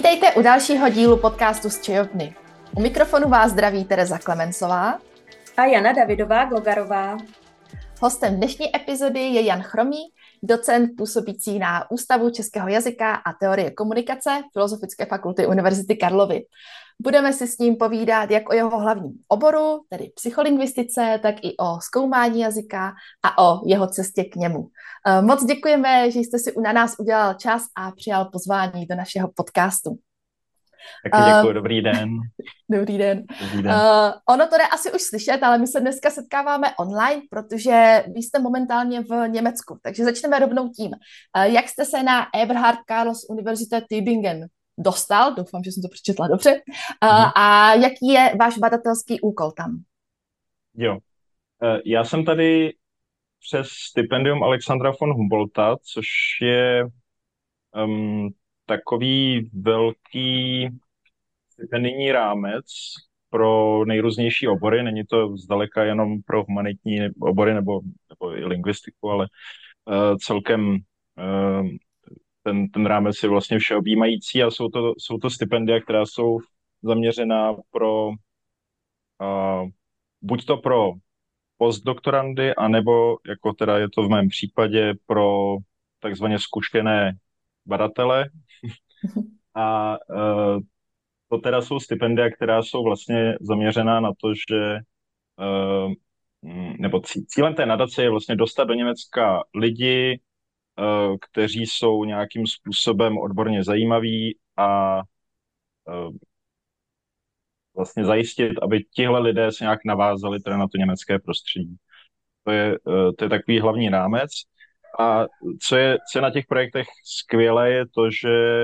Vítejte u dalšího dílu podcastu z Čajovny. U mikrofonu vás zdraví Tereza Klemencová a Jana Davidová Glogarová. Hostem dnešní epizody je Jan Chromý, docent působící na Ústavu českého jazyka a teorie komunikace Filozofické fakulty Univerzity Karlovy. Budeme si s ním povídat jak o jeho hlavním oboru, tedy psycholingvistice, tak i o zkoumání jazyka a o jeho cestě k němu. Moc děkujeme, že jste si na nás udělal čas a přijal pozvání do našeho podcastu. Taky děkuji, dobrý den. Dobrý den. Dobrý den. Ono to jde asi už slyšet, ale my se dneska setkáváme online, protože vy jste momentálně v Německu. Takže začneme rovnou tím. Jak jste se na Eberhard Karls Universität Tübingen dostal? Doufám, že jsem to přečetla dobře. A jaký je váš badatelský úkol tam? Jo. Já jsem tady přes stipendium Alexandra von Humboldta, což je takový velký stipendijní rámec pro nejrůznější obory. Není to zdaleka jenom pro humanitní obory nebo i lingvistiku, ale celkem ten rámec je vlastně všeobjímající a jsou to stipendia, která jsou zaměřená pro buď to pro postdoktorandy, anebo, jako teda je to v mém případě, pro takzvaně zkušené badatele. A to teda jsou stipendia, která jsou vlastně zaměřená na to, že nebo cílem té nadace je vlastně dostat do Německa lidi, kteří jsou nějakým způsobem odborně zajímaví a vlastně zajistit, aby tihle lidé se nějak navázali teda na to německé prostředí. To je takový hlavní rámec. A co je na těch projektech skvělé, je to, že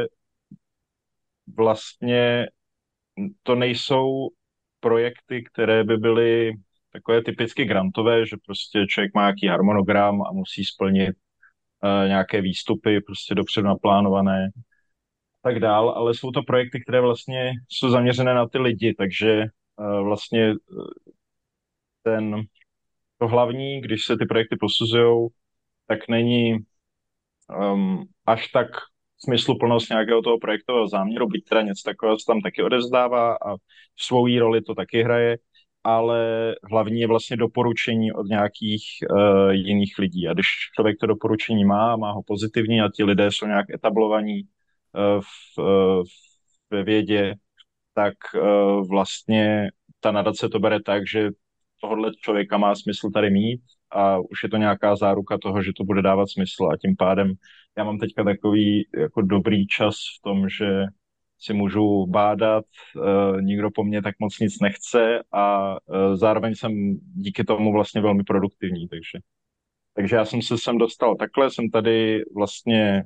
vlastně to nejsou projekty, které by byly takové typicky grantové, že prostě člověk má nějaký harmonogram a musí splnit nějaké výstupy prostě dopředu naplánované tak dál, ale jsou to projekty, které vlastně jsou zaměřené na ty lidi, takže vlastně to hlavní, když se ty projekty posuzujou, tak není až tak smysluplnost nějakého toho projektového záměru, byť teda něco takového se tam taky odevzdává a svou roli to taky hraje, ale hlavní je vlastně doporučení od nějakých jiných lidí. A když člověk to doporučení má ho pozitivní a ti lidé jsou nějak etablovaní ve vědě, tak vlastně ta nadace to bere tak, že tohohle člověka má smysl tady mít a už je to nějaká záruka toho, že to bude dávat smysl a tím pádem já mám teďka takový jako dobrý čas v tom, že si můžu bádat, nikdo po mně tak moc nic nechce a zároveň jsem díky tomu vlastně velmi produktivní, takže já jsem se sem dostal takhle, jsem tady vlastně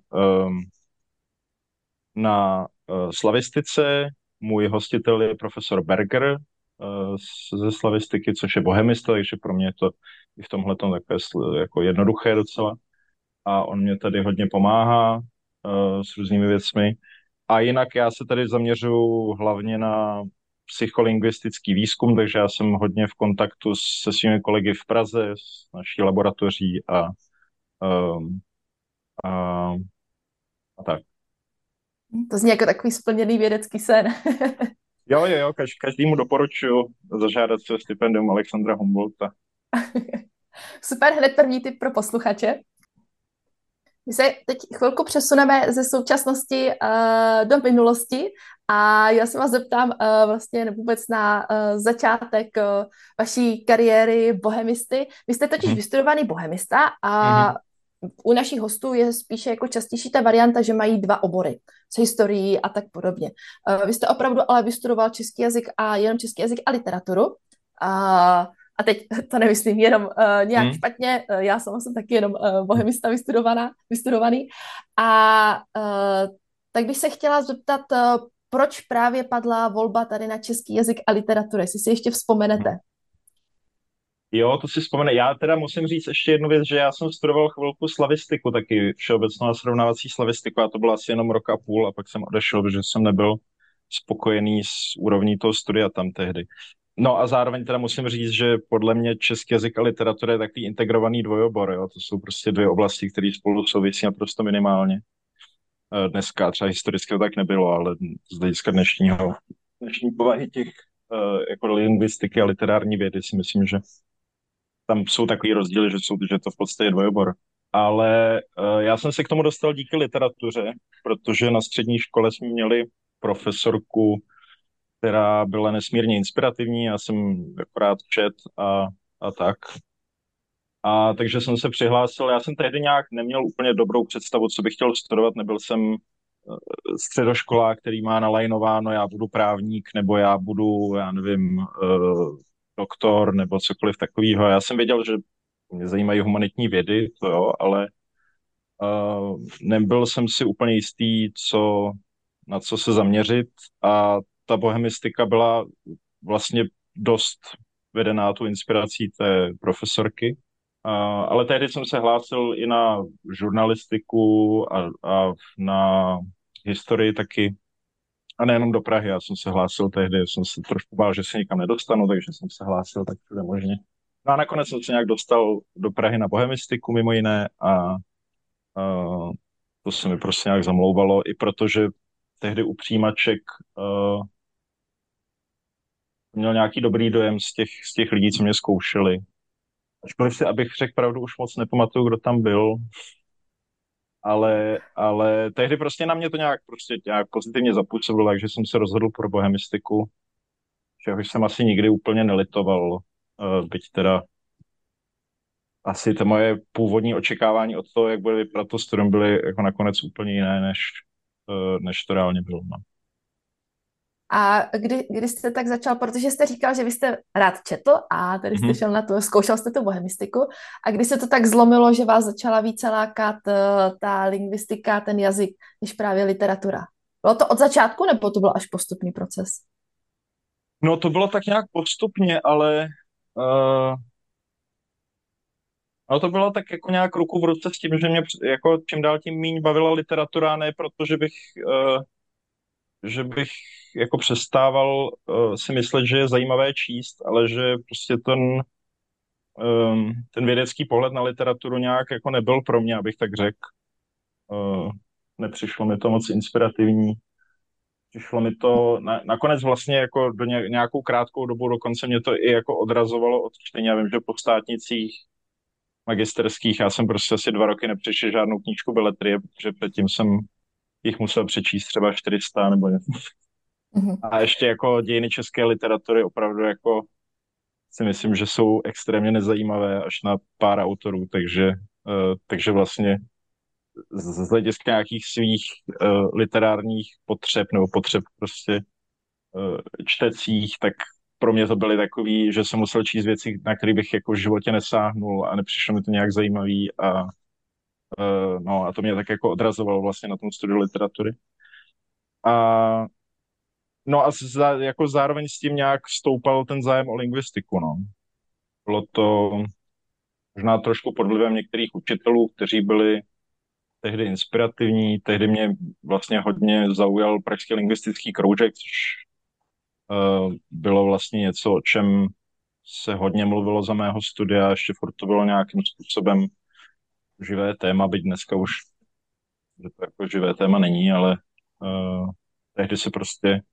na slavistice, můj hostitel je profesor Berger ze slavistiky, což je bohemista, takže pro mě je to i v tomhletom takové jako jednoduché docela. A on mě tady hodně pomáhá s různými věcmi. A jinak já se tady zaměřuju hlavně na psycholingvistický výzkum, takže já jsem hodně v kontaktu se svými kolegy v Praze, s naší laboratoří a tak. To zní jako takový splněný vědecký sen. Jo, každému doporučuji zažádat se o stipendium Alexandra Humboldta. Super, hned první tip pro posluchače. My se teď chvilku přesuneme ze současnosti do minulosti a já se vás zeptám vlastně vůbec na začátek vaší kariéry bohemisty. Vy jste totiž vystudovaný bohemista a u našich hostů je spíše jako častější ta varianta, že mají dva obory s historií a tak podobně. Vy jste opravdu ale vystudoval český jazyk a jenom český jazyk a literaturu. A teď to nemyslím jenom nějak špatně, já sama jsem taky jenom bohemista vystudovaný. A tak bych se chtěla zeptat, proč právě padla volba tady na český jazyk a literaturu, jestli si ještě vzpomenete. Jo, to si vzpomenu. Já teda musím říct ještě jednu věc, že já jsem studoval chvilku slavistiku, taky všeobecnou a srovnávací slavistiku a to bylo asi jenom rok a půl a pak jsem odešel, protože jsem nebyl spokojený s úrovní toho studia tam tehdy. No a zároveň teda musím říct, že podle mě český jazyk a literatura je takový integrovaný dvojobor, jo? To jsou prostě dvě oblasti, které spolu souvisí naprosto minimálně. Dneska třeba historicky to tak nebylo, ale z hlediska dnešní povahy těch jako lingvistiky a literární vědy si myslím, že tam jsou takový rozdíly, že to v podstatě dvojobor. Ale já jsem se k tomu dostal díky literatuře, protože na střední škole jsme měli profesorku, která byla nesmírně inspirativní, já jsem akorát čet a tak. A takže jsem se přihlásil, já jsem tehdy nějak neměl úplně dobrou představu, co bych chtěl studovat, nebyl jsem středoškolák, který má nalajnováno, já budu právník, nebo já budu, já nevím, doktor, nebo cokoliv takového. Já jsem věděl, že mě zajímají humanitní vědy, to jo, ale nebyl jsem si úplně jistý, na co se zaměřit a ta bohemistika byla vlastně dost vedená tu inspirací té profesorky. Ale tehdy jsem se hlásil i na žurnalistiku a na historii taky. A nejenom do Prahy, já jsem se hlásil tehdy, jsem se trošku bál, že se nikam nedostanu, takže jsem se hlásil tak všude možně. No a nakonec jsem se nějak dostal do Prahy na bohemistiku mimo jiné a to se mi prostě nějak zamlouvalo, i protože tehdy u přijímaček měl nějaký dobrý dojem z těch lidí, co mě zkoušeli. Ačkoliv si, abych řekl pravdu, už moc nepamatuju, kdo tam byl, ale tehdy prostě na mě to nějak pozitivně zapůsobilo, takže jsem se rozhodl pro bohemistiku, čehož jsem asi nikdy úplně nelitoval, byť teda asi to moje původní očekávání od toho, jak bude vypadat to studium, byly jako nakonec úplně jiné, než to reálně bylo. No. A kdy jste tak začal, protože jste říkal, že vy jste rád četl a tady jste šel na to, zkoušel jste tu bohemistiku, a kdy se to tak zlomilo, že vás začala více lákat ta lingvistika, ten jazyk, než právě literatura? Bylo to od začátku, nebo to byl až postupný proces? No to bylo tak nějak postupně, ale no to bylo tak jako nějak ruku v ruce s tím, že mě jako čím dál tím míň bavila literatura, ne protože že bych jako přestával si myslet, že je zajímavé číst, ale že prostě ten vědecký pohled na literaturu nějak jako nebyl pro mě, abych tak řekl. Nepřišlo mi to moc inspirativní. Přišlo mi to nakonec vlastně jako do nějakou krátkou dobu, dokonce mě to i jako odrazovalo od čtení. Já vím, že po státnicích magisterských já jsem prostě asi 2 roky nepřečetl žádnou knížku beletrie, protože předtím jsem jich musel přečíst třeba 400 nebo něco. Mhm. A ještě jako dějiny české literatury opravdu jako si myslím, že jsou extrémně nezajímavé až na pár autorů, takže vlastně z hlediska nějakých svých literárních potřeb nebo potřeb prostě čtecích, tak pro mě to byly takový, že jsem musel číst věci, na které bych jako v životě nesáhnul a nepřišlo mi to nějak zajímavý no a to mě tak jako odrazovalo vlastně na tom studiu literatury. A no a jako zároveň s tím nějak stoupal ten zájem o lingvistiku, no. Bylo to možná trošku pod vlivem některých učitelů, kteří byli tehdy inspirativní. Tehdy mě vlastně hodně zaujal pražský lingvistický kroužek, což bylo vlastně něco, o čem se hodně mluvilo za mého studia, ještě furt to bylo nějakým způsobem živé téma, byť dneska už že to jako živé téma není, ale tehdy se prostě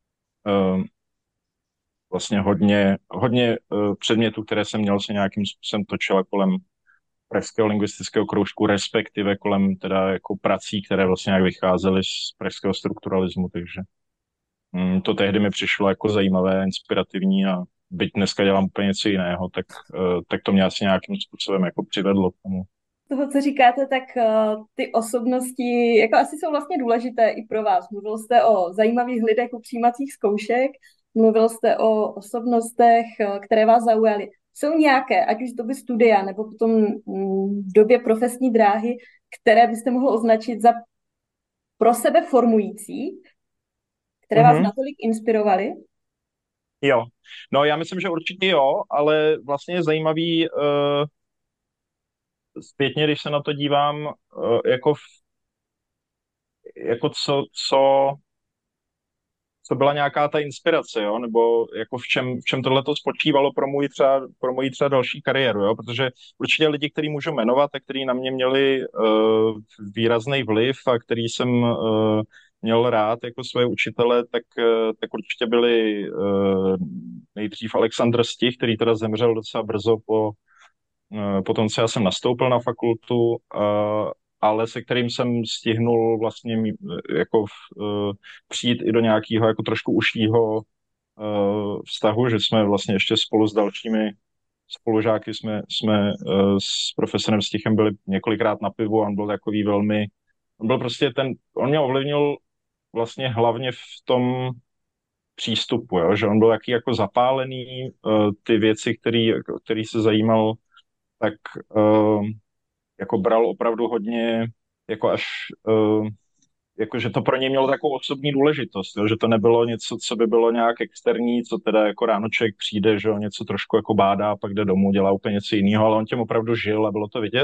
vlastně hodně předmětů, které jsem měl, se nějakým způsobem točila kolem pražského lingvistického kroužku, respektive kolem teda jako prací, které vlastně nějak vycházely z pražského strukturalismu, takže to tehdy mi přišlo jako zajímavé, inspirativní a byť dneska dělám úplně něco jiného, tak to mě asi nějakým způsobem jako přivedlo k tomu. Toho, co říkáte, tak ty osobnosti jako asi jsou vlastně důležité i pro vás. Mluvil jste o zajímavých lidech u přijímacích zkoušek, mluvil jste o osobnostech, které vás zaujaly. Jsou nějaké, ať už z doby studia nebo potom v době profesní dráhy, které byste mohl označit za pro sebe formující, které vás natolik inspirovaly? Jo, no já myslím, že určitě jo, ale vlastně je zajímavý zpětně, když se na to dívám, jako co co byla nějaká ta inspirace, jo? Nebo jako v čem tohle to spočívalo pro moji třeba další kariéru, jo? Protože určitě lidi, který můžu jmenovat a který na mě měli výrazný vliv a který jsem měl rád jako své učitele, tak určitě byli nejdřív Alexandr Stich, který teda zemřel docela brzo po tom, co já jsem nastoupil na fakultu, ale se kterým jsem stihnul vlastně jako přijít i do nějakého jako trošku užšího vztahu, že jsme vlastně ještě spolu s dalšími spolužáky s profesorem Stichem byli několikrát na pivu a on byl takový on byl prostě on mě ovlivnil vlastně hlavně v tom přístupu, jo? Že on byl jaký jako zapálený, ty věci, který se zajímal, tak jako bral opravdu hodně, jako až, jako že to pro něj mělo takovou osobní důležitost, jo? Že to nebylo něco, co by bylo nějak externí, co teda jako ráno člověk přijde, že jo, něco trošku jako bádá, pak jde domů, dělá úplně něco jiného, ale on tím opravdu žil a bylo to vidět.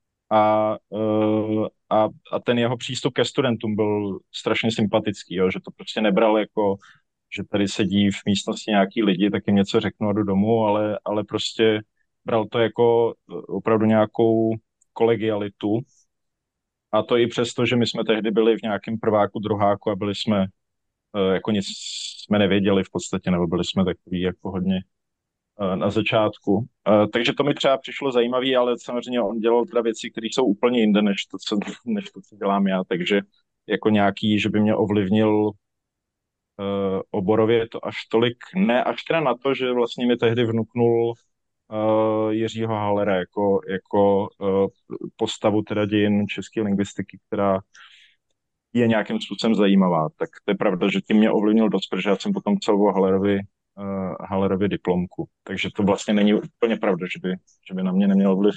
A ten jeho přístup ke studentům byl strašně sympatický, jo? Že to prostě nebral jako, že tady sedí v místnosti nějaký lidi, tak jim něco řeknu a jdu domů, ale prostě bral to jako opravdu nějakou kolegialitu. A to i přesto, že my jsme tehdy byli v nějakém prváku, druháku a byli jsme, jako nic jsme nevěděli v podstatě, nebo byli jsme takový jako hodně na začátku. Takže to mi třeba přišlo zajímavé, ale samozřejmě on dělal teda věci, které jsou úplně jinde, než to, co dělám já, takže jako nějaký, že by mě ovlivnil oborově to až tolik, ne až teda na to, že vlastně mi tehdy vnuknul Jiřího Halera jako postavu teda dějin české lingvistiky, která je nějakým způsobem zajímavá. Tak to je pravda, že tím mě ovlivnil dost, protože já jsem potom psal Hallerovi diplomku. Takže to vlastně není úplně pravda, že by na mě neměl vliv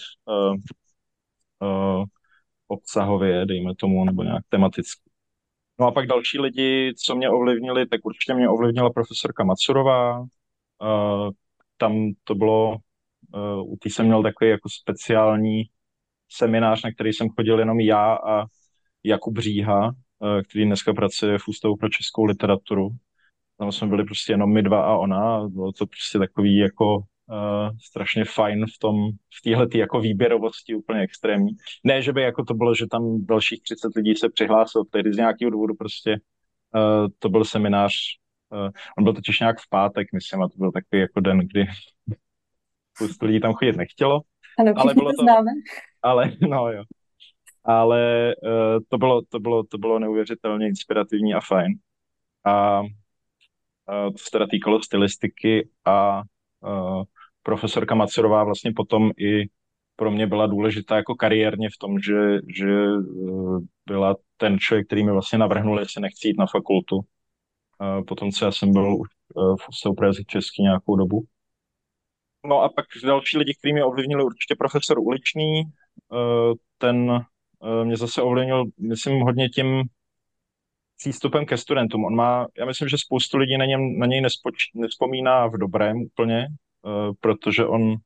obsahově, dejme tomu, nebo nějak tematicky. No a pak další lidi, co mě ovlivnili, tak určitě mě ovlivnila profesorka Macurová. Tam to bylo, u té jsem měl takový jako speciální seminář, na který jsem chodil jenom já a Jakub Říha, který dneska pracuje v Ústavu pro českou literaturu. Tam jsme byli prostě jenom my dva a ona a bylo to prostě takový jako strašně fajn v téhletý jako výběrovosti úplně extrémní. Ne, že by jako to bylo, že tam dalších 30 lidí se přihlásilo, tehdy z nějakého důvodu prostě to byl seminář, on byl totiž nějak v pátek, myslím, a to byl takový jako den, kdy spoustu lidí tam chodit nechtělo. Ano, ale bylo to známe. Ale, no jo. Ale to bylo neuvěřitelně inspirativní a fajn. A to se teda týkalo stylistiky a profesorka Macerová vlastně potom i pro mě byla důležitá jako kariérně v tom, že byla ten člověk, který mi vlastně navrhnul, jestli nechci jít na fakultu. Potom, co já jsem byl už v Ústavu pro jazyk český nějakou dobu. No a pak další lidi, kteří mě ovlivnili, určitě profesor Uličný, ten mě zase ovlivnil, myslím, hodně tím přístupem ke studentům. Já myslím, že spoustu lidí na něj nespomíná v dobrém úplně, protože on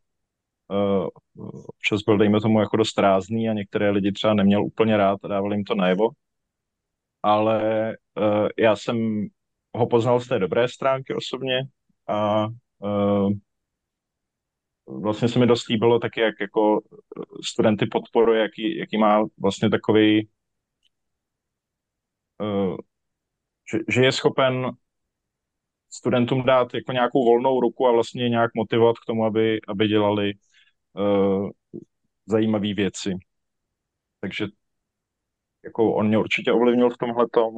občas byl, dejme tomu, jako dost rázný a některé lidi třeba neměl úplně rád a dával jim to najevo. Ale já jsem ho poznal z té dobré stránky osobně a vlastně se mi dost líbilo taky, jak jako studenty podporuje, jaký má vlastně takový, že je schopen studentům dát jako nějakou volnou ruku a vlastně nějak motivovat k tomu, aby dělali zajímavé věci. Takže jako on mě určitě ovlivnil v tomhletom.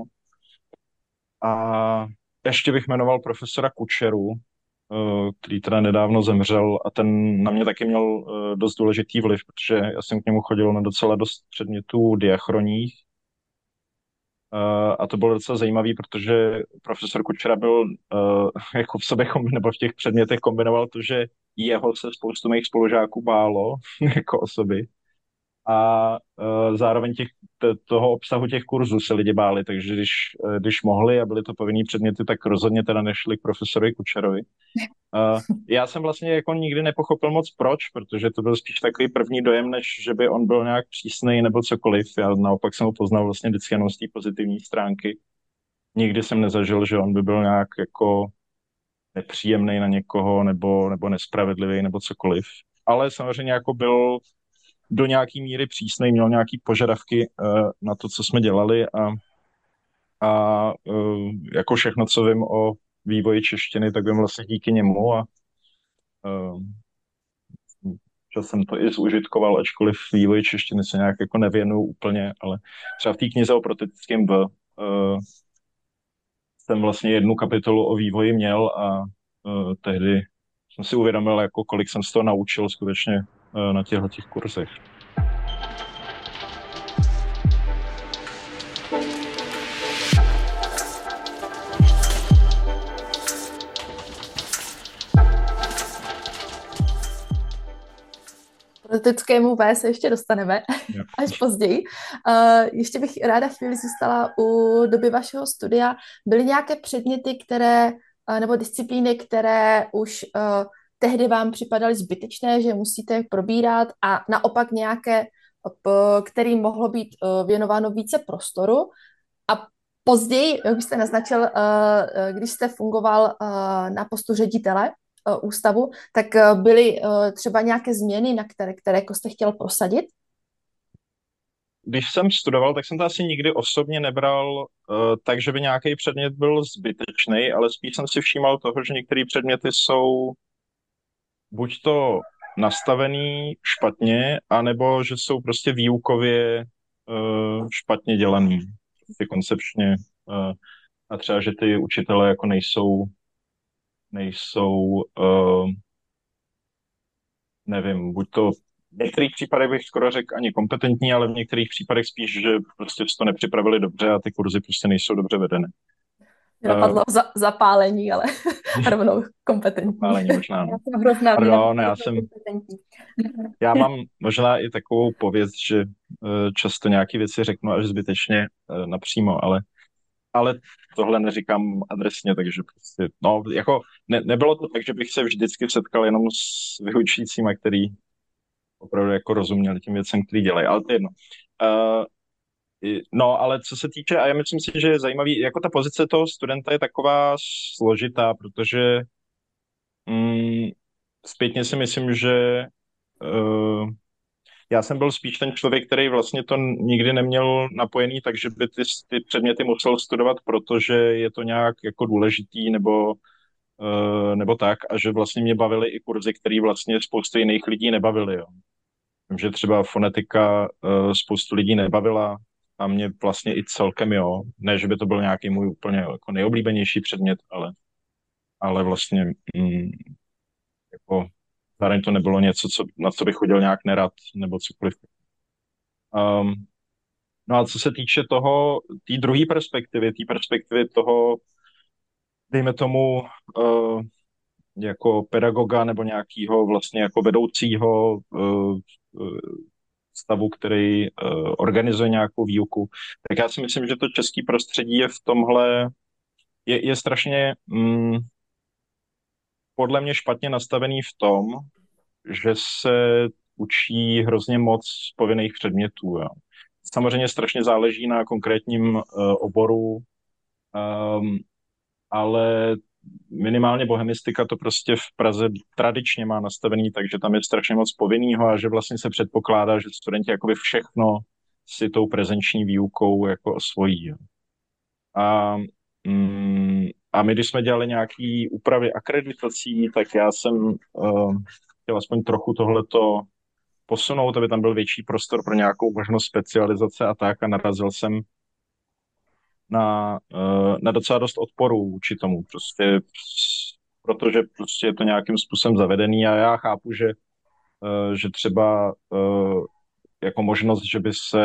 A ještě bych jmenoval profesora Kučeru, který teda nedávno zemřel a ten na mě taky měl dost důležitý vliv, protože já jsem k němu chodil na docela dost předmětů diachronních. A to bylo docela zajímavý, protože profesor Kučera byl jako v sobě nebo v těch předmětech kombinoval to, že jeho se spoustu mých spolužáků bálo jako osoby a zároveň toho obsahu těch kurzů se lidi báli, takže když mohli a byly to povinný předměty, tak rozhodně teda nešli k profesorovi Kučerovi. Já jsem vlastně jako nikdy nepochopil moc proč, protože to byl spíš takový první dojem, než že by on byl nějak přísnej nebo cokoliv. Já naopak jsem ho poznal vlastně vždycky jenom z té pozitivní stránky. nikdy jsem nezažil, že on by byl nějak jako nepříjemný na někoho nebo nespravedlivý nebo cokoliv. Ale samozřejmě jako byl do nějaký míry přísnej, měl nějaký požadavky na to, co jsme dělali a jako všechno, co vím o vývoji češtiny, tak vím vlastně díky němu a uh, časem to i zúžitkoval, ačkoliv vývoji češtiny se nějak jako nevěnuju úplně, ale třeba v té knize o protetickém jsem vlastně jednu kapitolu o vývoji měl a tehdy jsem si uvědomil, jako kolik jsem z toho naučil skutečně na těch kurzech. Politickému V se ještě dostaneme Jo. až později. Ještě bych ráda chvíli zůstala u doby vašeho studia. Byly nějaké předměty, které, nebo disciplíny, které už tehdy vám připadaly zbytečné, že musíte je probírat a naopak nějaké, kterým mohlo být věnováno více prostoru a později, jak byste naznačil, když jste fungoval na postu ředitele ústavu, tak byly třeba nějaké změny, na které jako jste chtěl prosadit? Když jsem studoval, tak jsem to asi nikdy osobně nebral tak, že by nějaký předmět byl zbytečný, ale spíš jsem si všímal toho, že některé předměty jsou buď to nastavený špatně, anebo že jsou prostě výukově špatně dělaný, prostě koncepčně. A třeba, že ty učitelé jako nejsou nevím, buď to v některých případech bych skoro řekl ani kompetentní, ale v některých případech spíš, že prostě to nepřipravili dobře a ty kurzy prostě nejsou dobře vedeny. Mě napadlo zapálení, ale rovnou kompetentní. Zapálení možná. Já jsem hrozná. Pardon, já mám možná i takovou pověst, že často nějaké věci řeknu až zbytečně napřímo, ale tohle neříkám adresně, takže prostě, no, jako nebylo to tak, že bych se vždycky setkal jenom s vyučujícíma, který opravdu jako rozuměli těm věcem, který dělají, ale to je jedno. No, ale co se týče, a já myslím si, že je zajímavý, jako ta pozice toho studenta je taková složitá, protože zpětně si myslím, že já jsem byl spíš ten člověk, který vlastně to nikdy neměl napojený, takže by ty předměty musel studovat, protože je to nějak jako důležitý nebo tak, a že vlastně mě bavily i kurzy, které vlastně spoustu jiných lidí nebavily. Jo. Vím, že třeba fonetika spoustu lidí nebavila a mě vlastně i celkem jo. Ne, že by to byl nějaký můj úplně jako nejoblíbenější předmět, ale vlastně jako zároveň to nebylo něco, na co bych chodil nějak nerad nebo cokoliv. No a co se týče té druhé perspektivy toho, dejme tomu, jako pedagoga nebo nějakého vlastně jako vedoucího stavu, který organizuje nějakou výuku, tak já si myslím, že to český prostředí je v tomhle, je strašně podle mě špatně nastavený v tom, že se učí hrozně moc povinných předmětů. Jo. Samozřejmě strašně záleží na konkrétním oboru, ale minimálně bohemistika to prostě v Praze tradičně má nastavený, takže tam je strašně moc povinnýho a že vlastně se předpokládá, že studenti jakoby všechno si tou prezenční výukou jako osvojí. Jo. A my, když jsme dělali nějaké úpravy akreditací, tak já jsem chtěl aspoň trochu tohleto posunout, aby tam byl větší prostor pro nějakou možnost specializace a tak, a narazil jsem na docela dost odporu vůči tomu, prostě, protože prostě je to nějakým způsobem zavedený a já chápu, že třeba jako možnost, že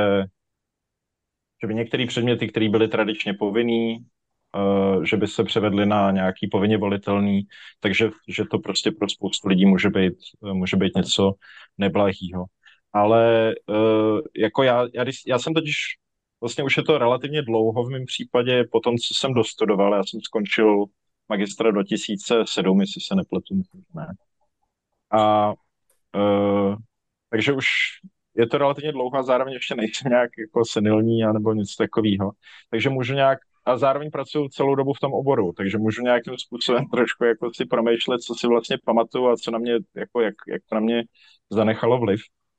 by některé předměty, které byly tradičně povinný, že by se převedly na nějaký povinně volitelný, takže že to prostě pro spoustu lidí může být něco neblahýho. Ale jako já jsem totiž, vlastně už je to relativně dlouho v mém případě, po tom, co jsem dostudoval, já jsem skončil magistra 2007, jestli se nepletu, ne. A takže už je to relativně dlouho a zároveň ještě nejsem nějak jako senilní anebo něco takového. Takže můžu nějak a zároveň pracuju celou dobu v tom oboru, takže můžu nějakým způsobem trošku jako si promýšlet, co si vlastně pamatuju a co na mě, jako jak to na mě zanechalo vliv.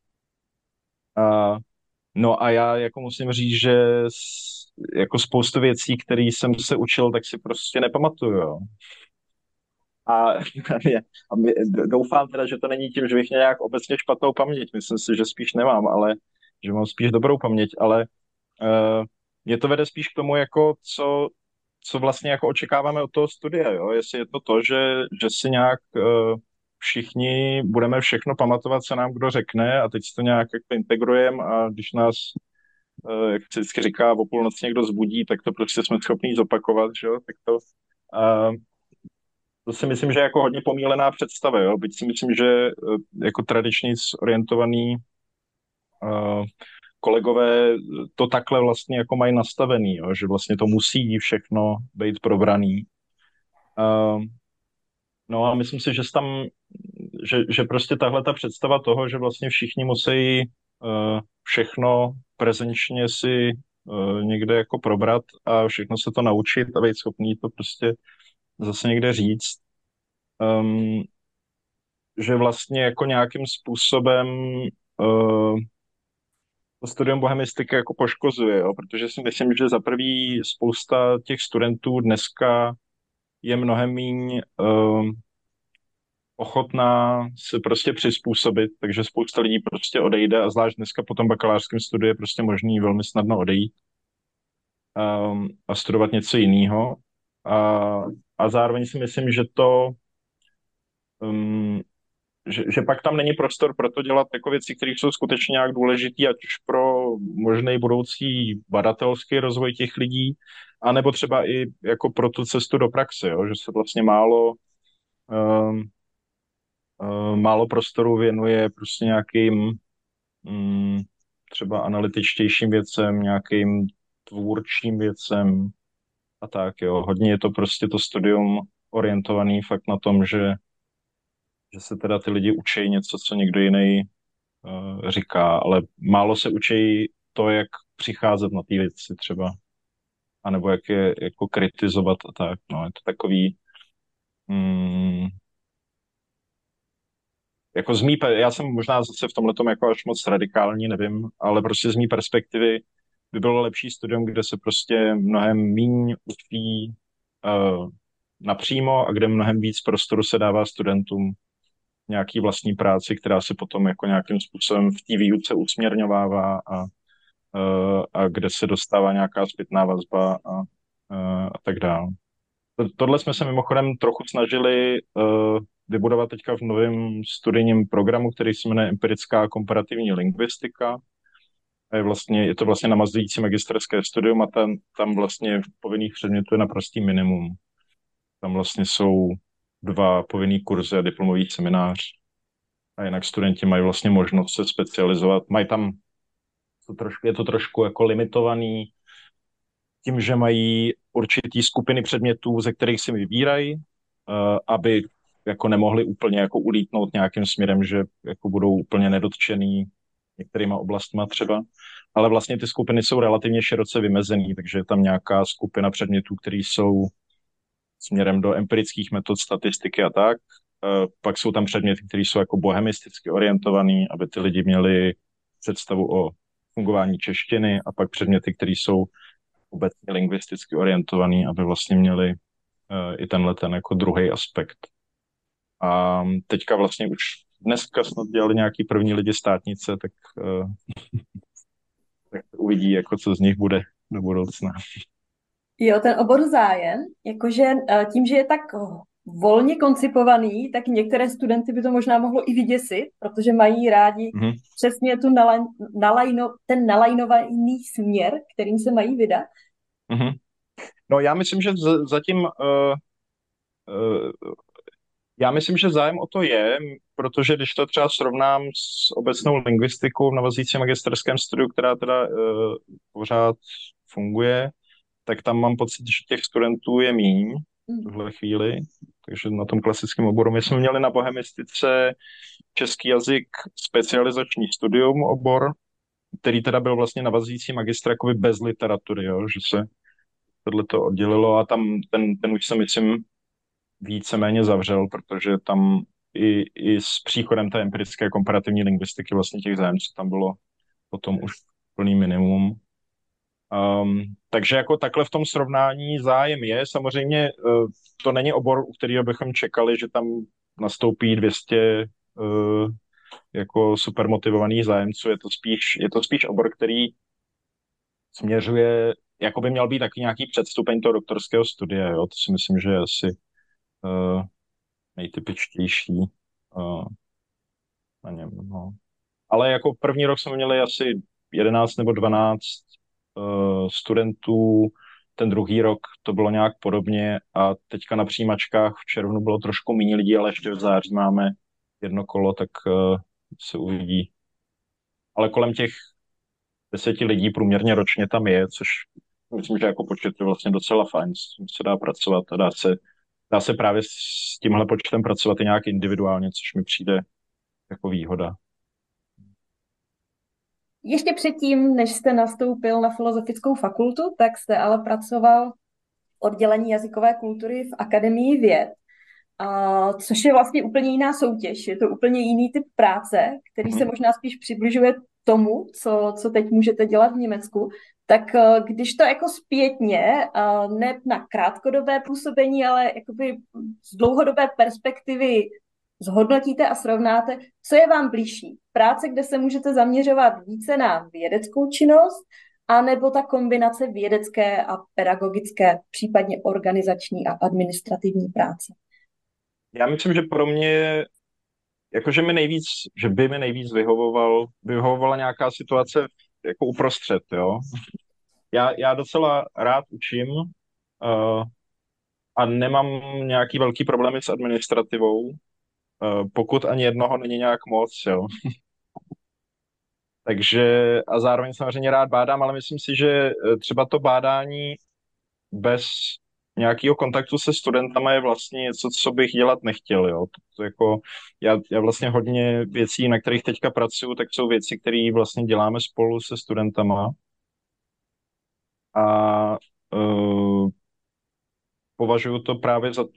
A, no a já jako musím říct, že jako spoustu věcí, které jsem se učil, tak si prostě nepamatuju, jo. A, doufám teda, že to není tím, že bych měl nějak obecně špatnou paměť. Myslím si, že spíš nemám, ale že mám spíš dobrou paměť, ale mě to vede spíš k tomu, jako co vlastně jako očekáváme od toho studia, jo? Jestli je to to, že si nějak všichni budeme všechno pamatovat, co nám kdo řekne a teď si to nějak jako integrujeme a když nás, jak se vždycky říká, o půlnoci někdo zbudí, tak to prostě jsme schopni zopakovat, že jo? Tak to si myslím, že je jako hodně pomílená představa, jo? Byť si myslím, že jako tradičně orientovaný kolegové to takhle vlastně jako mají nastavený, jo? Že vlastně to musí všechno být probraný. No a myslím si, že prostě tahle ta představa toho, že vlastně všichni musí všechno prezenčně si někde jako probrat a všechno se to naučit a být schopný to prostě zase někde říct, že vlastně jako nějakým způsobem to studium bohemistiky jako poškozuje, jo? Protože si myslím, že za prvý spousta těch studentů dneska je mnohem méně ochotná se prostě přizpůsobit, takže spousta lidí prostě odejde a zvlášť dneska po tom bakalářském studiu je prostě možný velmi snadno odejít a studovat něco jiného. A zároveň si myslím, že že pak tam není prostor pro to dělat jako věci, které jsou skutečně nějak důležité, ať už pro možný budoucí badatelský rozvoj těch lidí, anebo třeba i jako pro tu cestu do praxe, jo? Že se vlastně málo prostoru věnuje prostě nějakým třeba analytičtějším věcem, nějakým tvůrčím věcem a tak, jo. Hodně je to prostě to studium orientovaný fakt na tom, že se teda ty lidi učí něco, co někdo jiný říká, ale málo se učí to, jak přicházet na ty věci třeba, anebo jak je jako kritizovat a tak, no. Je to takový jako já jsem možná zase v tomhletom jako až moc radikální, nevím, ale prostě z mý perspektivy by bylo lepší studium, kde se prostě mnohem míň učí napřímo a kde mnohem víc prostoru se dává studentům nějaký vlastní práci, která se potom jako nějakým způsobem v té výuce usměrňovává a kde se dostává nějaká zpětná vazba a tak dále. Tohle jsme se mimochodem trochu snažili vybudovat teďka v novém studijním programu, který se jmenuje Empirická a komparativní lingvistika. A je to vlastně navazující magisterské studium a tam vlastně povinných předmětů je naprostý minimum. Tam vlastně jsou 2 povinný kurzy a diplomový seminář. A jinak studenti mají vlastně možnost se specializovat. Je to trošku jako limitovaný tím, že mají určitý skupiny předmětů, ze kterých si vybírají, aby jako nemohli úplně jako ulítnout nějakým směrem, že jako budou úplně nedotčený některýma oblastma třeba. Ale vlastně ty skupiny jsou relativně široce vymezený, takže je tam nějaká skupina předmětů, které jsou směrem do empirických metod statistiky a tak. Pak jsou tam předměty, které jsou jako bohemisticky orientovaný, aby ty lidi měli představu o fungování češtiny a pak předměty, které jsou obecně lingvisticky orientovaný, aby vlastně měli i ten jako druhý aspekt. A teďka vlastně už dneska snad dělali nějaký první lidi státnice, tak uvidí, jako co z nich bude do budoucna. Jo, ten obor zájem, jakože tím, že je tak volně koncipovaný, tak některé studenty by to možná mohlo i vyděsit, protože mají rádi přesně ten nalajnovaný směr, kterým se mají vydat. No já myslím, že zatím já myslím, že zájem o to je, protože když to třeba srovnám s obecnou lingvistikou v navazujícím magisterském studiu, která teda pořád funguje, tak tam mám pocit, že těch studentů je míň v tuhle chvíli. Takže na tom klasickém oboru. My jsme měli na bohemistice český jazyk specializační studium obor, který teda byl vlastně navazující magistr jakoby bez literatury, jo? Že se tohle to oddělilo a tam ten už se myslím víceméně zavřel, protože tam i s příchodem té empirické komparativní lingvistiky vlastně těch zájemců tam bylo potom už plný minimum. Takže jako takhle v tom srovnání zájem je. Samozřejmě to není obor, u kterého bychom čekali, že tam nastoupí 200 jako super motivovaných zájemců. Je to spíš obor, který směřuje, jako by měl být taky nějaký předstupeň toho doktorského studia. Jo? To si myslím, že je asi nejtypičtější na něm. No. Ale jako první rok jsme měli asi 11 nebo 12 studentů, ten druhý rok to bylo nějak podobně a teďka na přijímačkách v červnu bylo trošku méně lidí, ale ještě v září máme jedno kolo, tak se uvidí. Ale kolem těch 10 lidí průměrně ročně tam je, což myslím, že jako počet je vlastně docela fajn, s tím se dá pracovat a dá se právě s tímhle počtem pracovat i nějak individuálně, což mi přijde jako výhoda. Ještě předtím, než jste nastoupil na Filozofickou fakultu, tak jste ale pracoval v oddělení jazykové kultury v Akademii věd, což je vlastně úplně jiná soutěž. Je to úplně jiný typ práce, který se možná spíš přibližuje tomu, co teď můžete dělat v Německu. Tak když to jako zpětně, ne na krátkodobé působení, ale jakoby z dlouhodobé perspektivy zhodnotíte a srovnáte, co je vám blížší. Práce, kde se můžete zaměřovat více na vědeckou činnost, anebo ta kombinace vědecké a pedagogické, případně organizační a administrativní práce? Já myslím, že pro mě, jakože že by mi nejvíc vyhovovala nějaká situace jako uprostřed, jo. Já docela rád učím a nemám nějaký velký problémy s administrativou, pokud ani jednoho není nějak moc, jo. Takže a zároveň samozřejmě rád bádám, ale myslím si, že třeba to bádání bez nějakého kontaktu se studentama je vlastně něco, co bych dělat nechtěl, jo. To jako, já vlastně hodně věcí, na kterých teďka pracuju, tak jsou věci, které vlastně děláme spolu se studentama a považuji to právě za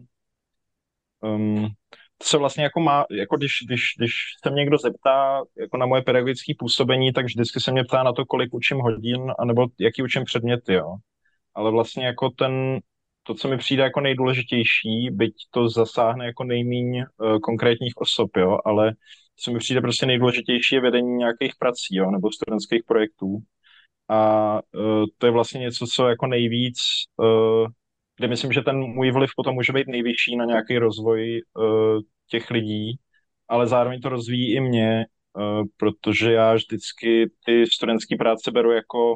to se vlastně jako má, jako když se mě někdo zeptá jako na moje pedagogické působení, tak vždycky se mě ptá na to, kolik učím hodin, anebo jaký učím předměty, jo. Ale vlastně jako to, co mi přijde jako nejdůležitější, byť to zasáhne jako nejmíň konkrétních osob, jo, ale co mi přijde prostě nejdůležitější je vedení nějakých prací, jo, nebo studentských projektů. A to je vlastně něco, co jako nejvíc, kde myslím, že ten můj vliv potom může být nejvyšší na nějaký rozvoj těch lidí, ale zároveň to rozvíjí i mě, protože já vždycky ty studentské práce beru jako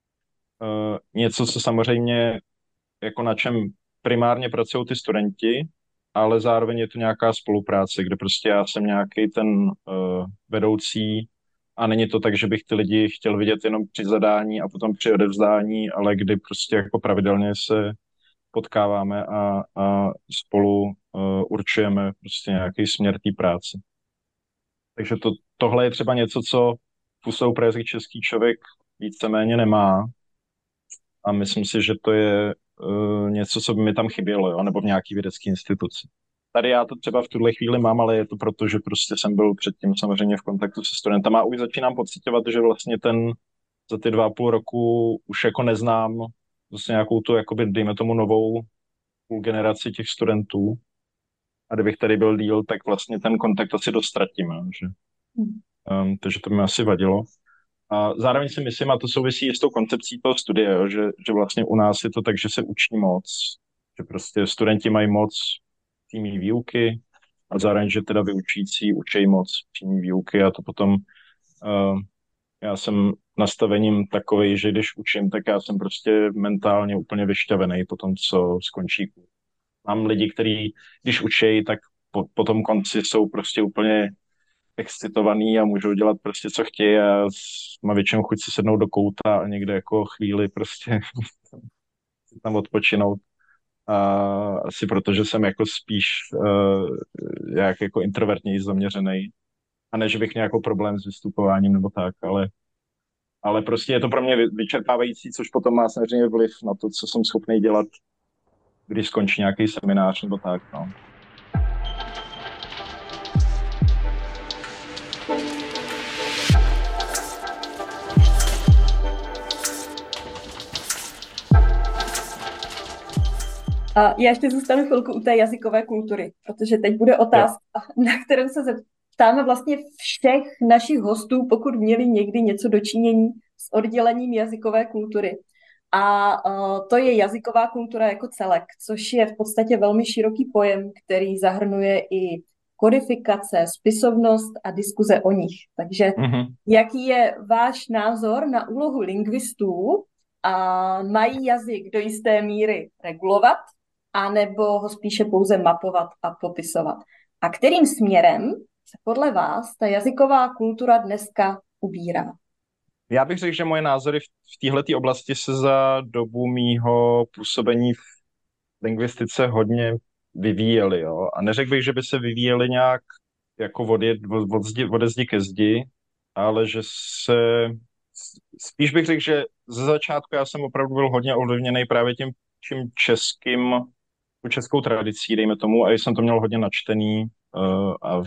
něco, co samozřejmě jako na čem primárně pracují ty studenti, ale zároveň je to nějaká spolupráce, kde prostě já jsem nějaký ten vedoucí a není to tak, že bych ty lidi chtěl vidět jenom při zadání a potom při odevzdání, ale kdy prostě jako pravidelně se potkáváme a spolu určujeme prostě nějaký směr té práce. Takže tohle je třeba něco, co v Ústavu pro jazyk český člověk víceméně nemá a myslím si, že to je něco, co by mi tam chybělo, jo? Nebo v nějaký vědecké instituci. Tady já to třeba v tuhle chvíli mám, ale je to proto, že prostě jsem byl předtím samozřejmě v kontaktu se studentama a už začínám pociťovat, že vlastně za ty 2,5 roku už jako neznám vlastně nějakou tu, jakoby, dejme tomu novou půl generaci těch studentů. A kdybych tady byl díl, tak vlastně ten kontakt asi dost ztratím, že? Takže to mi asi vadilo. A zároveň si myslím, a to souvisí i s tou koncepcí toho studia, jo, že vlastně u nás je to tak, že se učí moc, že prostě studenti mají moc přímý výuky a zároveň, že teda vyučící učí moc přímý výuky a to potom já jsem nastavením takovej, že když učím, tak já jsem prostě mentálně úplně vyšťavený po tom, co skončí. Mám lidi, kteří, když učí, tak po tom konci jsou prostě úplně excitovaný a můžou dělat prostě, co chtějí a má většinou chuť si sednout do kouta a někde jako chvíli prostě tam odpočinout. A asi protože jsem jako spíš jak jako introvertněji zaměřený. A ne, že bych nějakou problém s vystupováním nebo tak, ale ale prostě je to pro mě vyčerpávající, což potom má samozřejmě vliv na to, co jsem schopný dělat, když skončí nějaký seminář nebo tak, no. A já ještě zůstanu chvilku u té jazykové kultury, protože teď bude otázka, na kterou se zeptáme vlastně všech našich hostů, pokud měli někdy něco dočinění s oddělením jazykové kultury. A to je jazyková kultura jako celek, což je v podstatě velmi široký pojem, který zahrnuje i kodifikace, spisovnost a diskuze o nich. Takže jaký je váš názor na úlohu lingvistů a mají jazyk do jisté míry regulovat, anebo ho spíše pouze mapovat a popisovat? A kterým směrem se podle vás ta jazyková kultura dneska ubírá? Já bych řekl, že moje názory v téhleté oblasti se za dobu mýho působení v lingvistice hodně vyvíjely, jo. A neřekl bych, že by se vyvíjely nějak jako ode zdi ke zdi, ale že se... Spíš bych řekl, že ze začátku já jsem opravdu byl hodně ovlivněný právě tím tu českou tradicí, dejme tomu, a jsem to měl hodně načtený a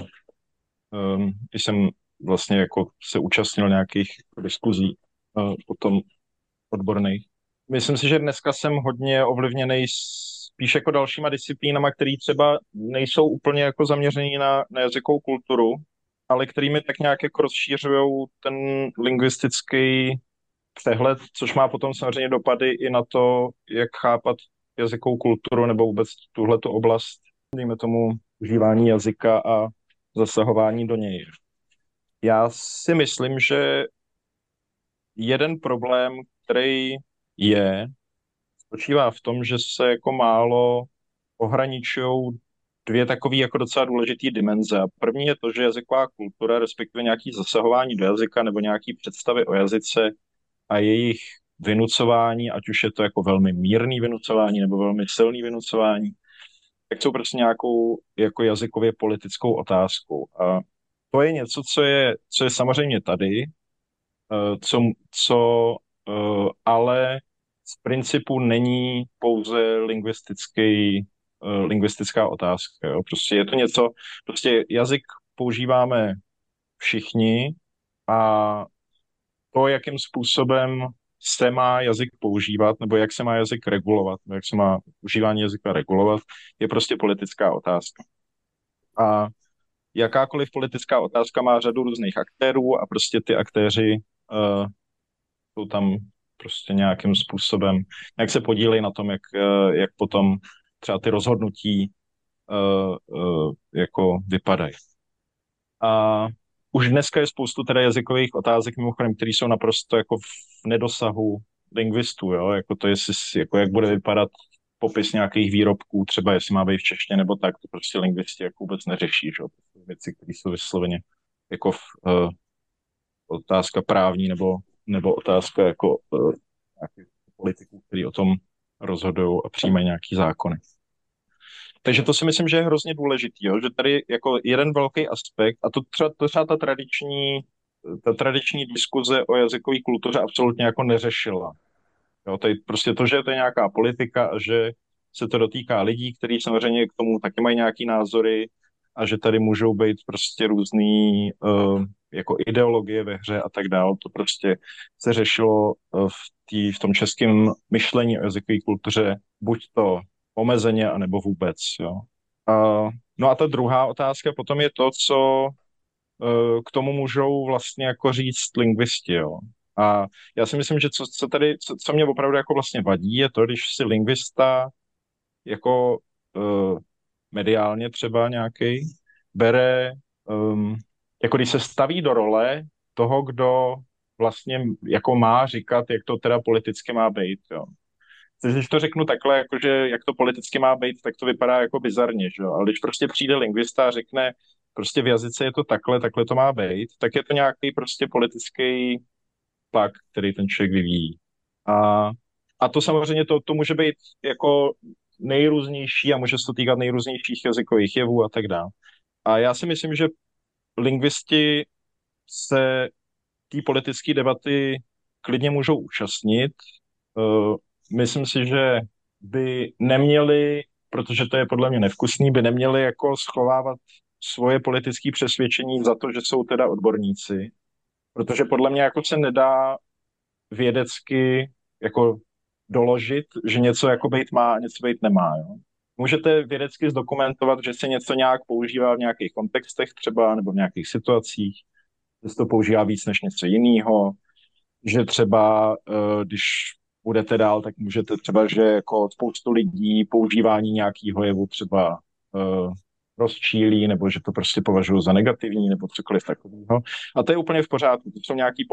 když jsem vlastně jako se účastnil nějakých diskuzí potom odborných. Myslím si, že dneska jsem hodně ovlivněný spíš jako dalšíma disciplínama, které třeba nejsou úplně jako zaměřený na jazykovou kulturu, ale kterými tak nějak jako rozšířují ten lingvistický přehled, což má potom samozřejmě dopady i na to, jak chápat jazykovou kulturu nebo vůbec tuhletu oblast, dejme tomu užívání jazyka a zasahování do něj. Já si myslím, že jeden problém, který spočívá v tom, že se jako málo ohraničují dvě takové jako docela důležité dimenze. A první je to, že jazyková kultura, respektive nějaké zasahování do jazyka nebo nějaké představy o jazyce a jejich vynucování, ať už je to jako velmi mírný vynucování nebo velmi silný vynucování, tak jsou prostě nějakou jako jazykově politickou otázkou. A to je něco, co je samozřejmě tady, co ale z principu není pouze lingvistická otázka. Jo. Prostě je to něco, prostě jazyk používáme všichni a to, jakým způsobem se má jazyk používat, nebo jak se má jazyk regulovat, nebo jak se má užívání jazyka regulovat, je prostě politická otázka. A jakákoliv politická otázka má řadu různých aktérů a prostě ty aktéři jsou tam prostě nějakým způsobem, jak se podílejí na tom, jak potom třeba ty rozhodnutí jako vypadají. A už dneska je spoustu teda jazykových otázek, mimochodem, které jsou naprosto jako v nedosahu lingvistů, jo? Jako to jako jak bude vypadat popis nějakých výrobků, třeba jestli má být v češtině nebo tak, to prostě lingvisti jako vůbec neřeší, že? To jsou věci, které jsou vysloveně jako otázka právní nebo otázka jako nějakých politiků, kteří o tom rozhodují a přijímají nějaký zákony. Takže to si myslím, že je hrozně důležitý, jo? Že tady jako jeden velký aspekt, a to třeba ta tradiční diskuze o jazykové kultuře absolutně jako neřešila. Jo? Tady prostě to, že to je nějaká politika a že se to dotýká lidí, kteří samozřejmě k tomu taky mají nějaký názory a že tady můžou být prostě různý jako ideologie ve hře a tak dále. To prostě se řešilo v tom českém myšlení o jazykové kultuře buď to omezeně, anebo vůbec. Jo. No a ta druhá otázka potom je to, co k tomu můžou vlastně jako říct lingvisti. Jo. A já si myslím, že co mě opravdu jako vlastně vadí, je to, když si lingvista jako mediálně třeba nějaký bere, jako když se staví do role toho, kdo vlastně jako má říkat, jak to teda politicky má být. Jo. Když to řeknu takhle, jakože jak to politicky má být, tak to vypadá jako bizarně, že jo? Ale když prostě přijde lingvista a řekne, prostě v jazyce je to takhle to má být, tak je to nějaký prostě politický tlak, který ten člověk vyvíjí. A to samozřejmě to může být jako nejrůznější a může se to týkat nejrůznějších jazykových jevů a tak dále. A já si myslím, že lingvisti se té politické debaty klidně můžou účastnit. Myslím si, že by neměli, protože to je podle mě nevkusný, by neměli jako schovávat svoje politické přesvědčení za to, že jsou teda odborníci, protože podle mě jako se nedá vědecky jako doložit, že něco jako být má a něco být nemá. Jo? Můžete vědecky zdokumentovat, že se něco nějak používá v nějakých kontextech třeba nebo v nějakých situacích, že se to používá víc než něco jiného, že třeba, když budete dál, tak můžete třeba, že jako spoustu lidí používání nějakého jevu třeba rozčílí, nebo že to prostě považují za negativní, nebo cokoliv takového. A to je úplně v pořádku. To jsou nějaký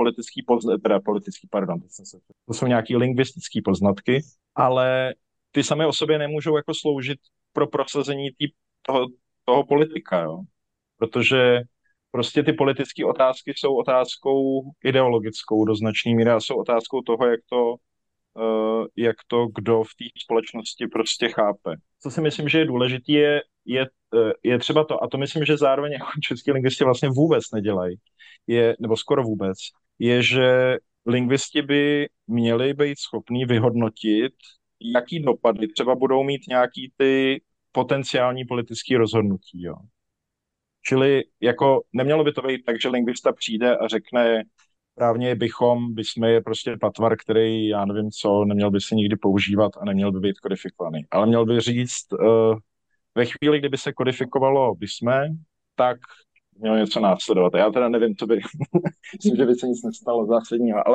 to jsou nějaký lingvistický poznatky, ale ty samé o sobě nemůžou jako sloužit pro prosazení toho politika, jo? Protože prostě ty politické otázky jsou otázkou ideologickou do značné míry a jsou otázkou toho, jak to kdo v té společnosti prostě chápe. Co si myslím, že je důležitý, je třeba to, a to myslím, že zároveň jako český lingvisti vlastně vůbec nedělají, nebo skoro vůbec, je, že lingvisti by měli být schopní vyhodnotit, jaký dopady třeba budou mít nějaký ty potenciální politické rozhodnutí. Jo. Čili jako nemělo by to být tak, že lingvista přijde a řekne, právně bychom je prostě patvar, který, já nevím co, neměl by se nikdy používat a neměl by být kodifikovaný. Ale měl by říct, ve chvíli, kdyby se kodifikovalo bysme, tak mělo něco následovat. Já teda nevím, co by, myslím, že by se nic nestalo zásadního,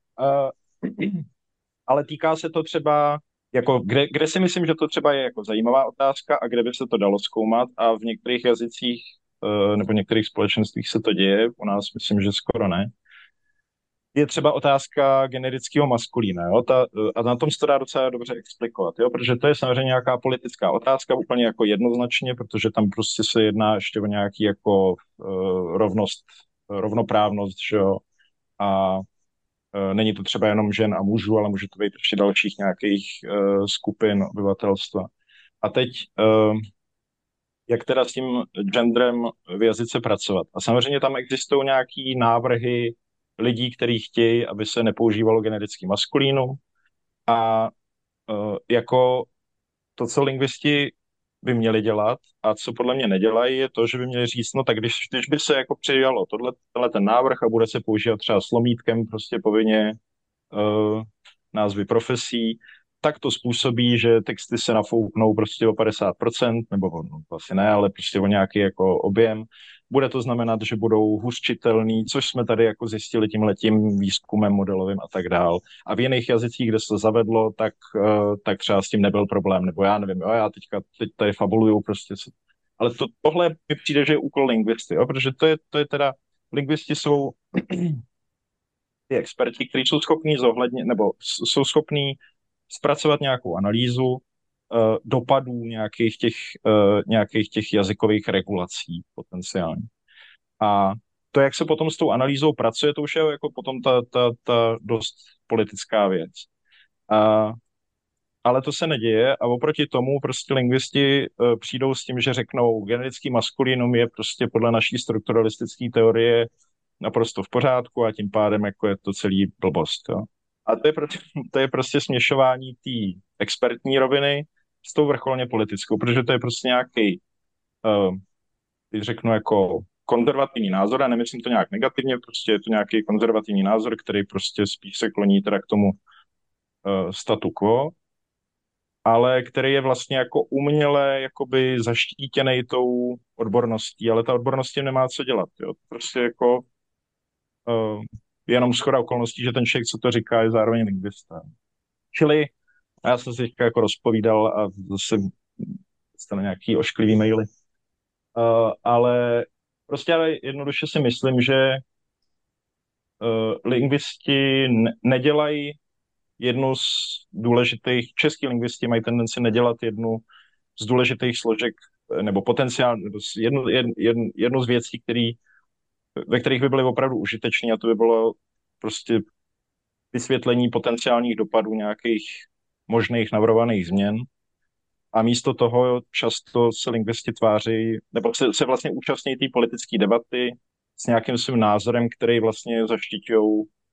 ale týká se to třeba, jako kde si myslím, že to třeba je jako zajímavá otázka a kde by se to dalo zkoumat a v některých jazycích nebo v některých společenstvích se to děje, u nás myslím, že skoro ne, je třeba otázka generického maskulína. Jo? A na tom se to dá docela dobře explikovat, jo? Protože to je samozřejmě nějaká politická otázka, úplně jako jednoznačně, protože tam prostě se jedná ještě o nějaký jako rovnoprávnost, že jo? A není to třeba jenom žen a mužů, ale může to být ještě dalších nějakých skupin obyvatelstva. A teď, jak teda s tím genderem v jazyce pracovat? A samozřejmě tam existují nějaký návrhy lidí, kteří chtějí, aby se nepoužívalo generický maskulínu. A jako to, co lingvisti by měli dělat a co podle mě nedělají, je to, že by měli říct, no tak když by se jako přijalo tenhle ten návrh a bude se používat třeba slomítkem prostě povinně názvy profesí, tak to způsobí, že texty se nafouknou prostě o 50%, nebo no, asi ne, ale prostě o nějaký jako objem. Bude to znamenat, že budou hůř čitelný, což jsme tady jako zjistili tímhletím výzkumem modelovým a tak dál. A v jiných jazycích, kde se to zavedlo, tak třeba s tím nebyl problém, nebo já nevím, jo, já teď tady fabuluju prostě. Ale tohle mi přijde, že je úkol lingvisty, jo, protože to je teda, lingvisti jsou ty experti, kteří jsou schopní zohlednit, nebo jsou schopní zpracovat nějakou analýzu dopadů nějakých těch jazykových regulací potenciálně. A to, jak se potom s tou analýzou pracuje, to už je jako potom ta dost politická věc. Ale to se neděje a oproti tomu prostě lingvisti přijdou s tím, že řeknou, generický maskulinum je prostě podle naší strukturalistické teorie naprosto v pořádku a tím pádem jako je to celý blbost. Jo. A to je prostě směšování té expertní roviny s tou vrcholně politickou, protože to je prostě nějaký, teď řeknu jako konzervativní názor, a nemyslím to nějak negativně, prostě je to nějaký konzervativní názor, který prostě spíš se kloní teda k tomu statu quo, ale který je vlastně jako uměle jakoby zaštítěnej tou odborností, ale ta odbornost tím nemá co dělat. Jo. Prostě jako jenom shoda okolností, že ten člověk, co to říká, je zároveň lingvista. Čili já jsem si jako rozpovídal a zase dostanu nějaký ošklivý maily. Ale prostě jednoduše si myslím, že lingvisti nedělají jednu z důležitých, český lingvisti mají tendenci nedělat jednu z důležitých složek, nebo potenciálně, jednu z věcí, ve kterých by byly opravdu užitečný, a to by bylo prostě vysvětlení potenciálních dopadů nějakých možných navrhovaných změn. A místo toho často se lingvisti tváří, nebo se vlastně účastní té politické debaty s nějakým svým názorem, který vlastně zaštiťují